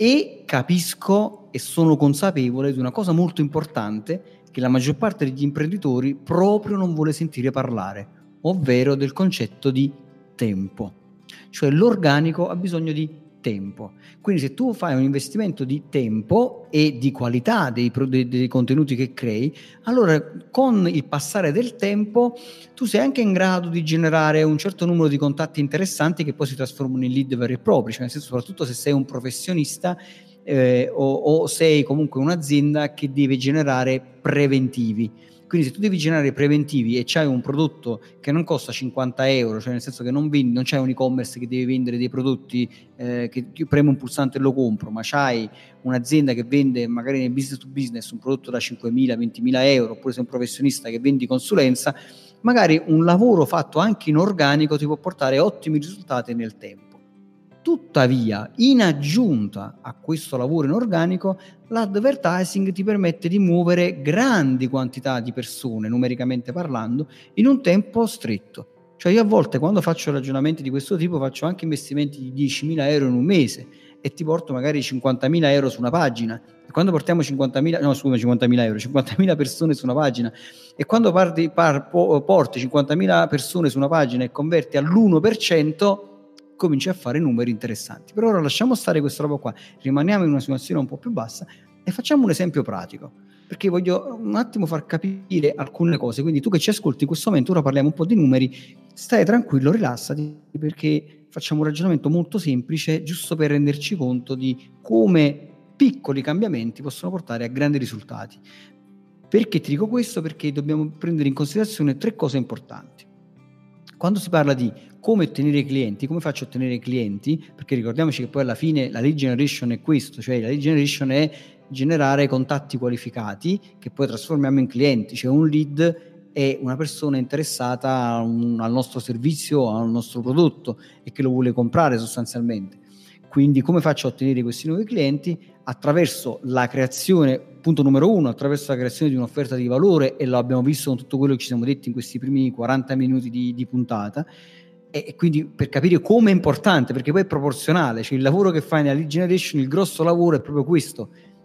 Speaker 2: e capisco e sono consapevole di una cosa molto importante che la maggior parte degli imprenditori proprio non vuole sentire parlare, ovvero del concetto di tempo. Cioè l'organico ha bisogno di tempo. Quindi se tu fai un investimento di tempo e di qualità dei contenuti che crei, allora con il passare del tempo tu sei anche in grado di generare un certo numero di contatti interessanti che poi si trasformano in lead veri e propri, cioè nel senso, soprattutto se sei un professionista o sei comunque un'azienda che deve generare preventivi. Quindi se tu devi generare preventivi e c'hai un prodotto che non costa 50 euro, cioè nel senso che non c'hai un e-commerce che deve vendere dei prodotti che io premo un pulsante e lo compro, ma c'hai un'azienda che vende magari nel business to business un prodotto da 5.000, 20.000 euro, oppure sei un professionista che vendi consulenza, magari un lavoro fatto anche in organico ti può portare ottimi risultati nel tempo. Tuttavia, in aggiunta a questo lavoro in organico, l'advertising ti permette di muovere grandi quantità di persone, numericamente parlando, in un tempo stretto. Cioè io a volte quando faccio ragionamenti di questo tipo faccio anche investimenti di 10.000 euro in un mese e ti porto magari 50.000 euro su una pagina. E quando portiamo 50.000 persone su una pagina e quando porti 50.000 persone su una pagina e converti all'1%, cominci a fare numeri interessanti. Per ora lasciamo stare questa roba qua, rimaniamo in una situazione un po' più bassa e facciamo un esempio pratico, perché voglio un attimo far capire alcune cose. Quindi tu che ci ascolti in questo momento, ora parliamo un po' di numeri, stai tranquillo, rilassati, perché facciamo un ragionamento molto semplice, giusto per renderci conto di come piccoli cambiamenti possono portare a grandi risultati. Perché ti dico questo? Perché dobbiamo prendere in considerazione 3 cose importanti. Quando si parla di come ottenere i clienti, come faccio a ottenere i clienti, perché ricordiamoci che poi alla fine la lead generation è questo, cioè la lead generation è generare contatti qualificati che poi trasformiamo in clienti, cioè un lead è una persona interessata al nostro servizio, al nostro prodotto e che lo vuole comprare sostanzialmente. Quindi come faccio a ottenere questi nuovi clienti? Attraverso la creazione, punto numero 1, attraverso la creazione di un'offerta di valore, e lo abbiamo visto con tutto quello che ci siamo detti in questi primi 40 minuti di puntata, e quindi per capire come è importante, perché poi è proporzionale, cioè il lavoro che fai nella lead generation, il grosso lavoro è proprio questo,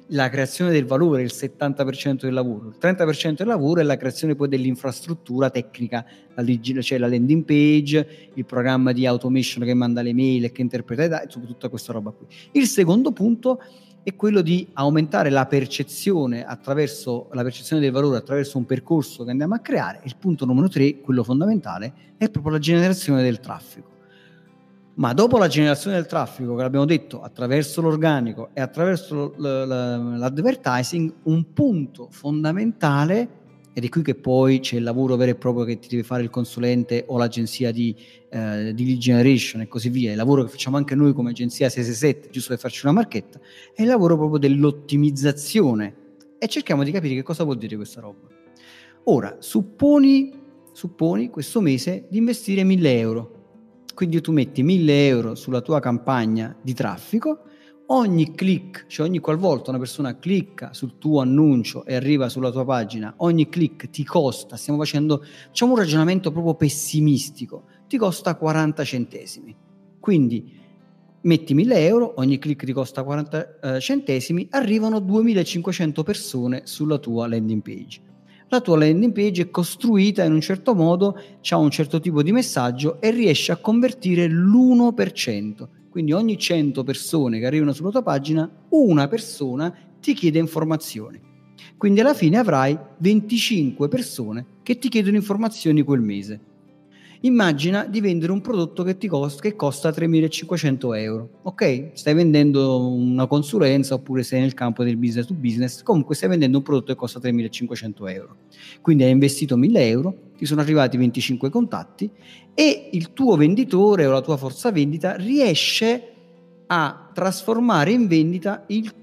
Speaker 2: la creazione del valore è il 70% del lavoro, il 30% del lavoro è la creazione poi dell'infrastruttura tecnica, cioè la landing page, il programma di automation che manda le mail e che interpreta i dati, tutta questa roba qui. Il secondo punto è quello di aumentare la percezione del valore attraverso un percorso che andiamo a creare. Il punto numero 3, quello fondamentale, è proprio la generazione del traffico. Ma dopo la generazione del traffico, che l'abbiamo detto, attraverso l'organico e attraverso l'advertising, un punto fondamentale, ed è qui che poi c'è il lavoro vero e proprio che ti deve fare il consulente o l'agenzia di lead generation e così via, il lavoro che facciamo anche noi come agenzia 667, giusto per farci una marchetta, è il lavoro proprio dell'ottimizzazione, e cerchiamo di capire che cosa vuol dire questa roba. Ora, supponi questo mese di investire 1.000 euro. Quindi tu metti 1.000 euro sulla tua campagna di traffico, ogni click, cioè ogni qualvolta una persona clicca sul tuo annuncio e arriva sulla tua pagina, ogni click ti costa, facciamo un ragionamento proprio pessimistico, ti costa 40 centesimi. Quindi metti 1.000 euro, ogni click ti costa 40 centesimi, arrivano 2.500 persone sulla tua landing page. La tua landing page è costruita in un certo modo, c'ha un certo tipo di messaggio e riesce a convertire l'1%. Quindi ogni 100 persone che arrivano sulla tua pagina, una persona ti chiede informazioni. Quindi alla fine avrai 25 persone che ti chiedono informazioni quel mese. Immagina di vendere un prodotto che costa 3.500 euro, ok? Stai vendendo una consulenza oppure sei nel campo del business to business, comunque stai vendendo un prodotto che costa 3.500 euro. Quindi hai investito 1.000 euro, ti sono arrivati 25 contatti e il tuo venditore o la tua forza vendita riesce a trasformare in vendita il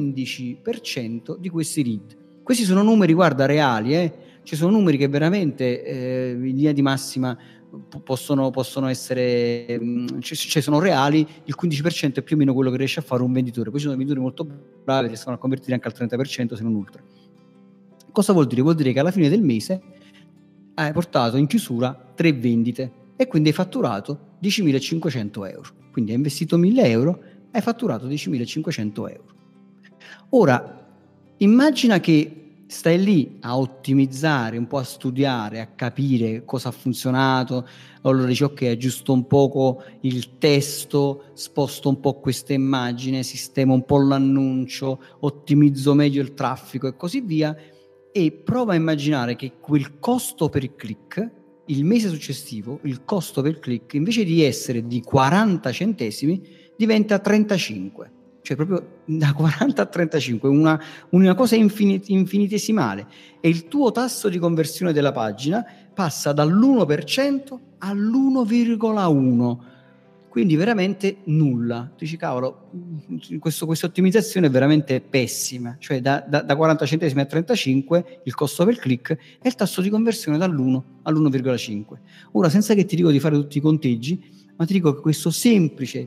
Speaker 2: 15% di questi lead. Questi sono numeri, guarda, reali, ci sono numeri che veramente in linea di massima possono essere, cioè sono reali. Il 15% è più o meno quello che riesce a fare un venditore. Poi ci sono venditori molto bravi che riescono a convertire anche al 30%, se non oltre. Cosa vuol dire? Vuol dire che alla fine del mese hai portato in chiusura 3 vendite e quindi hai fatturato 10.500 euro. Quindi hai investito 1.000 euro, hai fatturato 10.500 euro. Ora, immagina che stai lì a ottimizzare, un po' a studiare, a capire cosa ha funzionato, allora dici ok, aggiusto un poco il testo, sposto un po' questa immagine, sistemo un po' l'annuncio, ottimizzo meglio il traffico e così via, e prova a immaginare che quel costo per click, il mese successivo, il costo per click, invece di essere di 40 centesimi, diventa 35. Cioè proprio da 40 a 35, una cosa infinitesimale, e il tuo tasso di conversione della pagina passa dall'1% all'1,1%, quindi veramente nulla. Tu dici cavolo, questa ottimizzazione è veramente pessima, cioè da 40 centesimi a 35 il costo per click e il tasso di conversione dall'1 all'1,5. Ora, senza che ti dico di fare tutti i conteggi, ma ti dico che questo semplice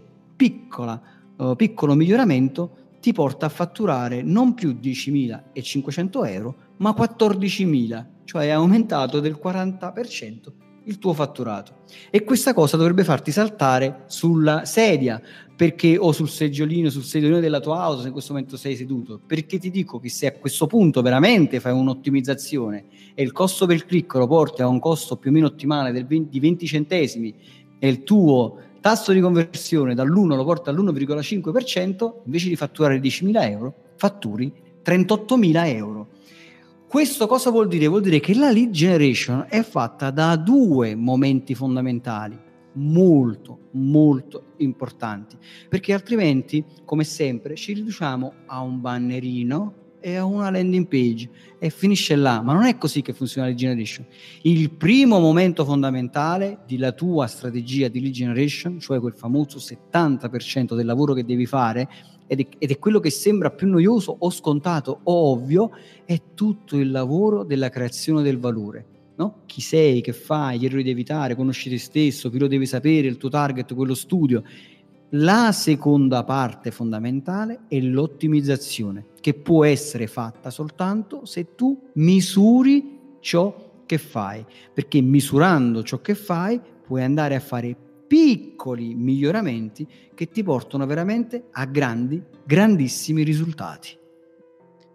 Speaker 2: piccolo miglioramento ti porta a fatturare non più 10.500 euro ma 14.000, cioè è aumentato del 40% il tuo fatturato. E questa cosa dovrebbe farti saltare sulla sedia, perché, o sul seggiolino della tua auto se in questo momento sei seduto, perché ti dico che se a questo punto veramente fai un'ottimizzazione e il costo per click lo porti a un costo più o meno ottimale di 20 centesimi e il tuo tasso di conversione dall'1 lo porta all'1,5%, invece di fatturare 10.000 euro, fatturi 38.000 euro. Questo cosa vuol dire? Vuol dire che la lead generation è fatta da 2 momenti fondamentali, molto, molto importanti, perché altrimenti, come sempre, ci riduciamo a un bannerino e a una landing page e finisce là. Ma non è così che funziona la lead generation. Il primo momento fondamentale della tua strategia di lead generation, cioè quel famoso 70% del lavoro che devi fare, ed è quello che sembra più noioso o scontato o ovvio, è tutto il lavoro della creazione del valore, no? Chi sei, che fai, gli errori da evitare, conosci te stesso, chi lo devi sapere, il tuo target, quello studio. La seconda parte fondamentale è l'ottimizzazione, che può essere fatta soltanto se tu misuri ciò che fai, perché misurando ciò che fai puoi andare a fare piccoli miglioramenti che ti portano veramente a grandissimi risultati.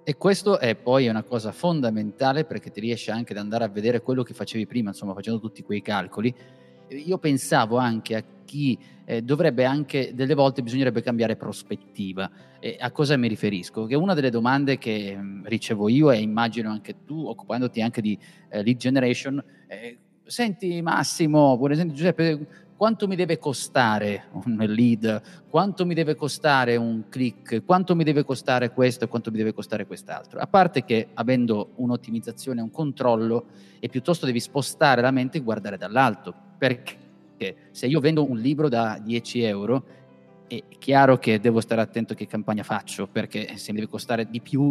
Speaker 3: E questo è poi una cosa fondamentale, perché ti riesce anche ad andare a vedere quello che facevi prima, insomma, facendo tutti quei calcoli. Io pensavo anche a chi dovrebbe anche, delle volte bisognerebbe cambiare prospettiva. A cosa mi riferisco? Che una delle domande che ricevo io, e immagino anche tu, occupandoti anche di lead generation, senti Massimo, senti Giuseppe, quanto mi deve costare un lead, quanto mi deve costare un click, quanto mi deve costare questo e quanto mi deve costare quest'altro. A parte che, avendo un'ottimizzazione, un controllo, e piuttosto devi spostare la mente e guardare dall'alto, perché se io vendo un libro da 10 euro è chiaro che devo stare attento a che campagna faccio, perché se mi deve costare di più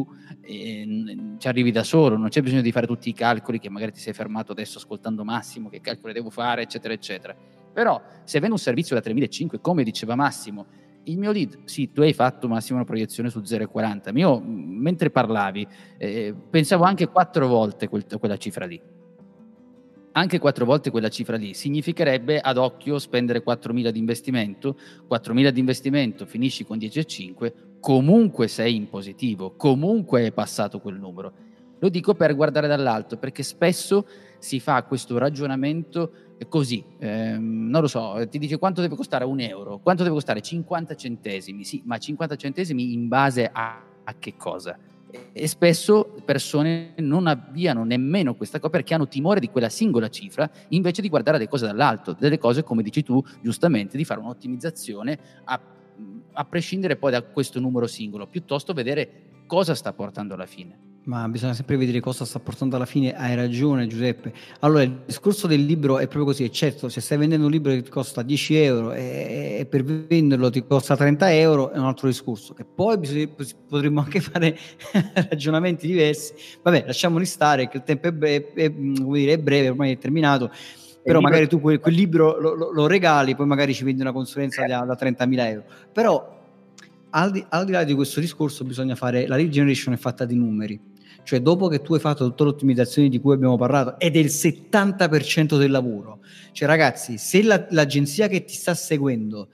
Speaker 3: ci arrivi da solo, non c'è bisogno di fare tutti i calcoli che magari ti sei fermato adesso ascoltando Massimo, che calcoli devo fare, eccetera eccetera. Però se vendo un servizio da 3.500, come diceva Massimo, il mio lead, sì, tu hai fatto Massimo una proiezione su 0,40, ma io mentre parlavi pensavo anche 4 volte quella cifra lì. Anche 4 volte quella cifra lì significherebbe ad occhio spendere 4.000 di investimento. 4.000 di investimento, finisci con 10,5, comunque sei in positivo, comunque hai passato quel numero. Lo dico per guardare dall'alto, perché spesso si fa questo ragionamento così, non lo so, ti dice quanto deve costare un euro, quanto deve costare 50 centesimi, sì, ma 50 centesimi in base a che cosa? E spesso persone non avviano nemmeno questa cosa perché hanno timore di quella singola cifra, invece di guardare le cose dall'alto, delle cose, come dici tu giustamente, di fare un'ottimizzazione a prescindere poi da questo numero singolo, piuttosto vedere cosa sta portando alla fine.
Speaker 2: Ma bisogna sempre vedere cosa sta portando alla fine. Hai ragione Giuseppe. Allora, il discorso del libro è proprio così. Certo, se stai vendendo un libro che ti costa 10 euro e per venderlo ti costa 30 euro, è un altro discorso, che poi potremmo anche fare ragionamenti diversi. Vabbè, lasciamoli stare, che il tempo è breve, ormai è terminato. Però magari tu quel libro lo regali, poi magari ci vendi una consulenza da 30.000 euro. Però al di là di questo discorso bisogna fare, la lead generation è fatta di numeri. Cioè, dopo che tu hai fatto tutte le ottimizzazioni di cui abbiamo parlato, ed è il 70% del lavoro. Cioè, ragazzi, se l'agenzia che ti sta seguendo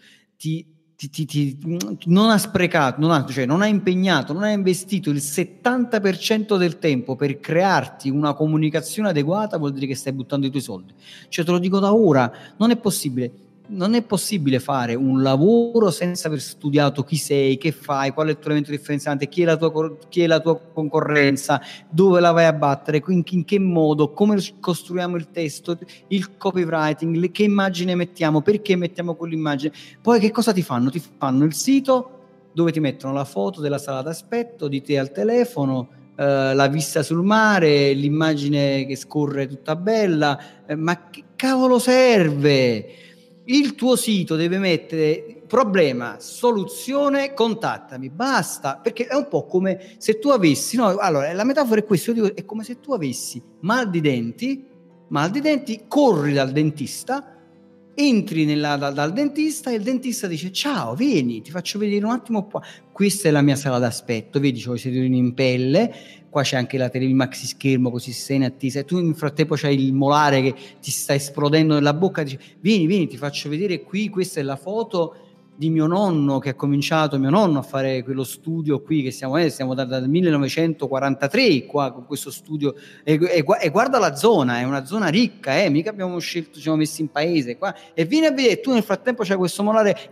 Speaker 2: non ha sprecato, non ha impegnato, non ha investito il 70% del tempo per crearti una comunicazione adeguata, vuol dire che stai buttando i tuoi soldi. Cioè, te lo dico da ora, non è possibile fare un lavoro senza aver studiato chi sei, che fai, qual è il tuo elemento differenziante, chi è la tua concorrenza, dove la vai a battere, in che modo, come costruiamo il testo, il copywriting, che immagine mettiamo, perché mettiamo quell'immagine. Poi che cosa ti fanno? Ti fanno il sito dove ti mettono la foto della sala d'aspetto, di te al telefono, la vista sul mare, l'immagine che scorre tutta bella, ma che cavolo serve? Il tuo sito deve mettere problema, soluzione, contattami, basta, perché è un po' come se tu avessi, no, allora la metafora è questa, io dico, è come se tu avessi mal di denti, corri dal dentista, entri dal dentista e il dentista dice ciao, vieni, ti faccio vedere un attimo qua, questa è la mia sala d'aspetto, vedi, c'ho i sedilini in pelle, qua c'è anche il maxi schermo, così sei in attesa, e tu nel frattempo c'hai il molare che ti sta esplodendo nella bocca, dici vieni, ti faccio vedere qui, questa è la foto di mio nonno, che ha cominciato mio nonno a fare quello studio qui, che stiamo dal 1943 qua con questo studio, e guarda la zona, è una zona ricca, mica abbiamo scelto, ci siamo messi in paese qua, e vieni a vedere, tu nel frattempo c'hai questo molare,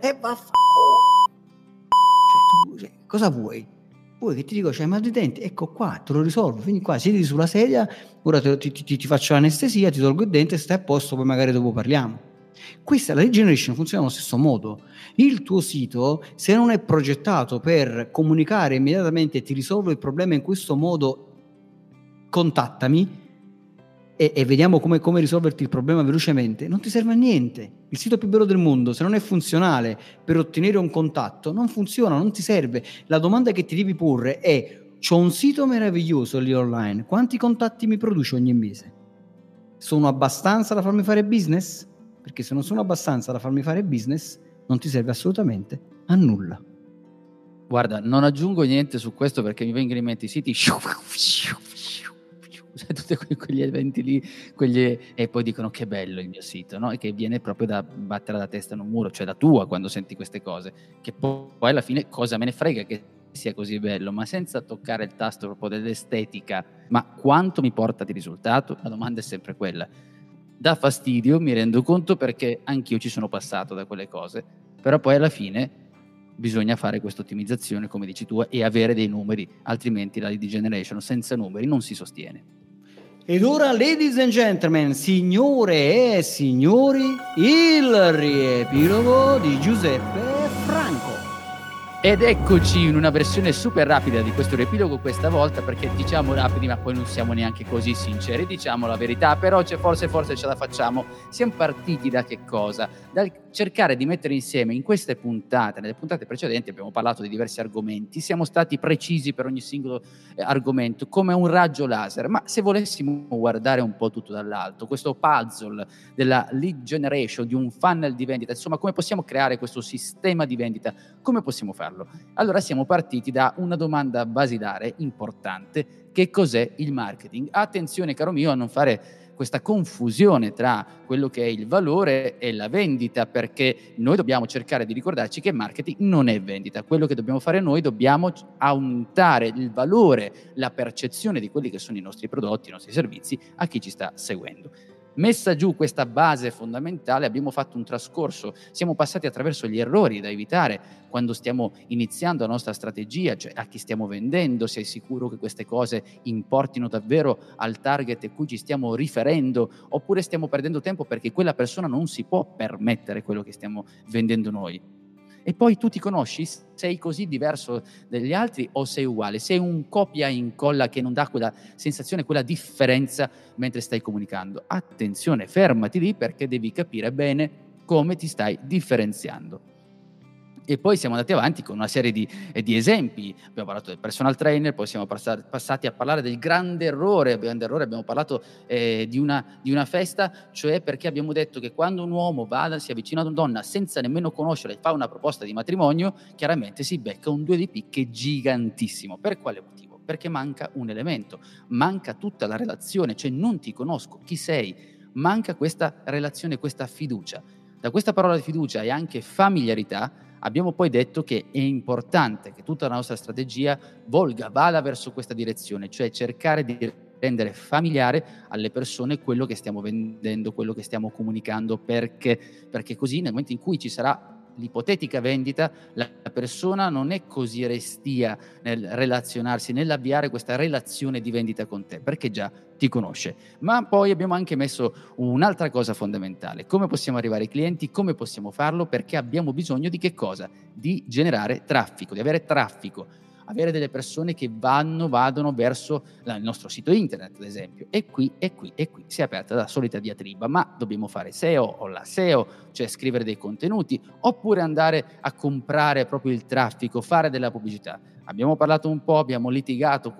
Speaker 2: cioè, cosa vuoi? Poi che ti dico, c'hai mal di denti, ecco qua, te lo risolvo, vieni qua, siediti sulla sedia, ora ti faccio l'anestesia, ti tolgo il dente, stai a posto, poi magari dopo parliamo. Questa, la lead generation funziona allo stesso modo. Il tuo sito, se non è progettato per comunicare immediatamente e ti risolvo il problema in questo modo, contattami e vediamo come risolverti il problema velocemente, non ti serve a niente. Il sito più bello del mondo, se non è funzionale per ottenere un contatto, non funziona, non ti serve. La domanda che ti devi porre è: c'ho un sito meraviglioso lì online, quanti contatti mi produce ogni mese? Sono abbastanza da farmi fare business? Perché se non sono abbastanza da farmi fare business, non ti serve assolutamente a nulla.
Speaker 3: Guarda, non aggiungo niente su questo, perché mi vengono in mente i siti tutti quegli eventi lì, e poi dicono che bello il mio sito, no? E che viene proprio da battere la testa in un muro, cioè la tua, quando senti queste cose, che poi alla fine cosa me ne frega che sia così bello, ma senza toccare il tasto proprio dell'estetica, ma quanto mi porta di risultato? La domanda è sempre quella. Dà fastidio, mi rendo conto, perché anch'io ci sono passato da quelle cose, però poi alla fine bisogna fare questa ottimizzazione, come dici tu, e avere dei numeri, altrimenti la lead generation senza numeri non si sostiene.
Speaker 2: Ed ora, ladies and gentlemen, signore e signori, il riepilogo di Giuseppe Franco.
Speaker 3: Ed eccoci in una versione super rapida di questo riepilogo questa volta, perché diciamo rapidi ma poi non siamo neanche così sinceri, diciamo la verità, però forse ce la facciamo. Siamo partiti da che cosa? Dal cercare di mettere insieme in queste puntate, nelle puntate precedenti abbiamo parlato di diversi argomenti, siamo stati precisi per ogni singolo argomento, come un raggio laser, ma se volessimo guardare un po' tutto dall'alto, questo puzzle della lead generation, di un funnel di vendita, insomma come possiamo creare questo sistema di vendita, come possiamo farlo? Allora siamo partiti da una domanda basilare, importante: che cos'è il marketing? Attenzione caro mio a non fare questa confusione tra quello che è il valore e la vendita, perché noi dobbiamo cercare di ricordarci che marketing non è vendita. Quello che dobbiamo fare noi, dobbiamo aumentare il valore, la percezione di quelli che sono i nostri prodotti, i nostri servizi a chi ci sta seguendo. Messa giù questa base fondamentale, abbiamo fatto un trascorso, siamo passati attraverso gli errori da evitare quando stiamo iniziando la nostra strategia, cioè a chi stiamo vendendo, sei sicuro che queste cose importino davvero al target a cui ci stiamo riferendo, oppure stiamo perdendo tempo perché quella persona non si può permettere quello che stiamo vendendo noi. E poi tu ti conosci? Sei così diverso dagli altri o sei uguale? Sei un copia e incolla che non dà quella sensazione, quella differenza mentre stai comunicando? Attenzione, fermati lì, perché devi capire bene come ti stai differenziando. E poi siamo andati avanti con una serie di esempi. Abbiamo parlato del personal trainer, poi siamo passati a parlare del grande errore. Abbiamo parlato di una festa, cioè perché abbiamo detto che quando un uomo si avvicina ad una donna senza nemmeno conoscerla e fa una proposta di matrimonio, chiaramente si becca un 2 di picche gigantissimo. Per quale motivo? Perché manca un elemento, manca tutta la relazione, cioè non ti conosco, chi sei, manca questa relazione, questa fiducia. Da questa parola di fiducia e anche familiarità abbiamo poi detto che è importante che tutta la nostra strategia vada verso questa direzione, cioè cercare di rendere familiare alle persone quello che stiamo vendendo, quello che stiamo comunicando, perché così nel momento in cui ci sarà l'ipotetica vendita, la persona non è così restia nel relazionarsi, nell'avviare questa relazione di vendita con te, perché già ti conosce. Ma poi abbiamo anche messo un'altra cosa fondamentale: come possiamo arrivare ai clienti, come possiamo farlo, perché abbiamo bisogno di che cosa? Di generare traffico, di avere traffico, avere delle persone che vadano verso il nostro sito internet, ad esempio. E qui si è aperta la solita diatriba: ma dobbiamo fare SEO o la SEO, cioè scrivere dei contenuti, oppure andare a comprare proprio il traffico, fare della pubblicità? Abbiamo parlato un po', abbiamo litigato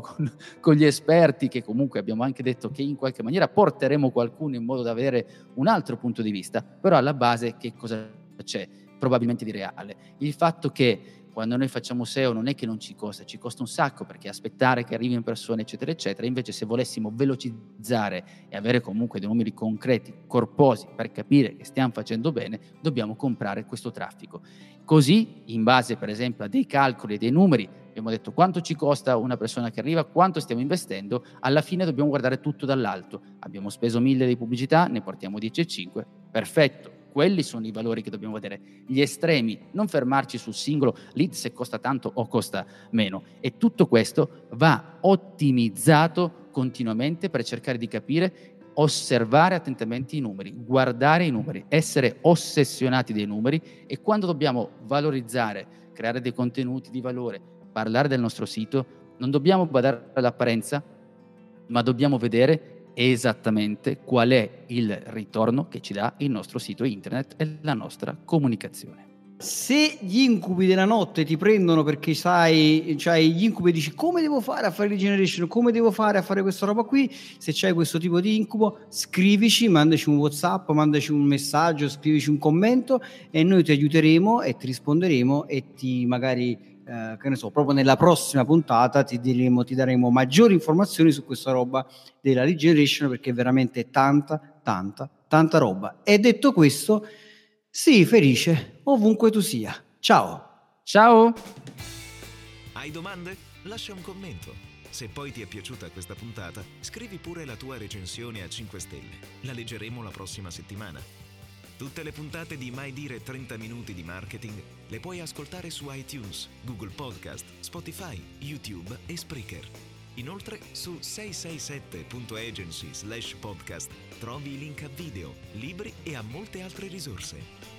Speaker 3: con gli esperti, che comunque abbiamo anche detto che in qualche maniera porteremo qualcuno in modo da avere un altro punto di vista, però alla base che cosa c'è? Probabilmente di reale. Il fatto che quando noi facciamo SEO non è che non ci costa un sacco, perché aspettare che arrivi in persona eccetera eccetera. Invece se volessimo velocizzare e avere comunque dei numeri concreti, corposi, per capire che stiamo facendo bene, dobbiamo comprare questo traffico. Così, in base per esempio a dei calcoli e dei numeri, abbiamo detto quanto ci costa una persona che arriva, quanto stiamo investendo. Alla fine dobbiamo guardare tutto dall'alto. Abbiamo speso 1.000 di pubblicità, ne portiamo 10,5, perfetto. Quelli sono i valori che dobbiamo vedere, gli estremi, non fermarci sul singolo lead se costa tanto o costa meno. E tutto questo va ottimizzato continuamente per cercare di capire, osservare attentamente i numeri, guardare i numeri, essere ossessionati dei numeri. E quando dobbiamo valorizzare, creare dei contenuti di valore, parlare del nostro sito, non dobbiamo badare all'apparenza, ma dobbiamo vedere esattamente qual è il ritorno che ci dà il nostro sito internet e la nostra comunicazione.
Speaker 2: Se gli incubi della notte ti prendono perché c'hai gli incubi e dici come devo fare a fare regeneration, come devo fare a fare questa roba qui, se c'hai questo tipo di incubo scrivici, mandaci un WhatsApp, mandaci un messaggio, scrivici un commento e noi ti aiuteremo e ti risponderemo e ti magari che ne so, proprio nella prossima puntata ti daremo maggiori informazioni su questa roba della lead generation, perché è veramente tanta roba. E detto questo, sii felice ovunque tu sia. Ciao.
Speaker 1: Hai domande? Lascia un commento. Se poi ti è piaciuta questa puntata, scrivi pure la tua recensione a 5 stelle. La leggeremo la prossima settimana. Tutte le puntate di Mai Dire 30 Minuti di Marketing le puoi ascoltare su iTunes, Google Podcast, Spotify, YouTube e Spreaker. Inoltre su 667.agency/podcast trovi i link a video, libri e a molte altre risorse.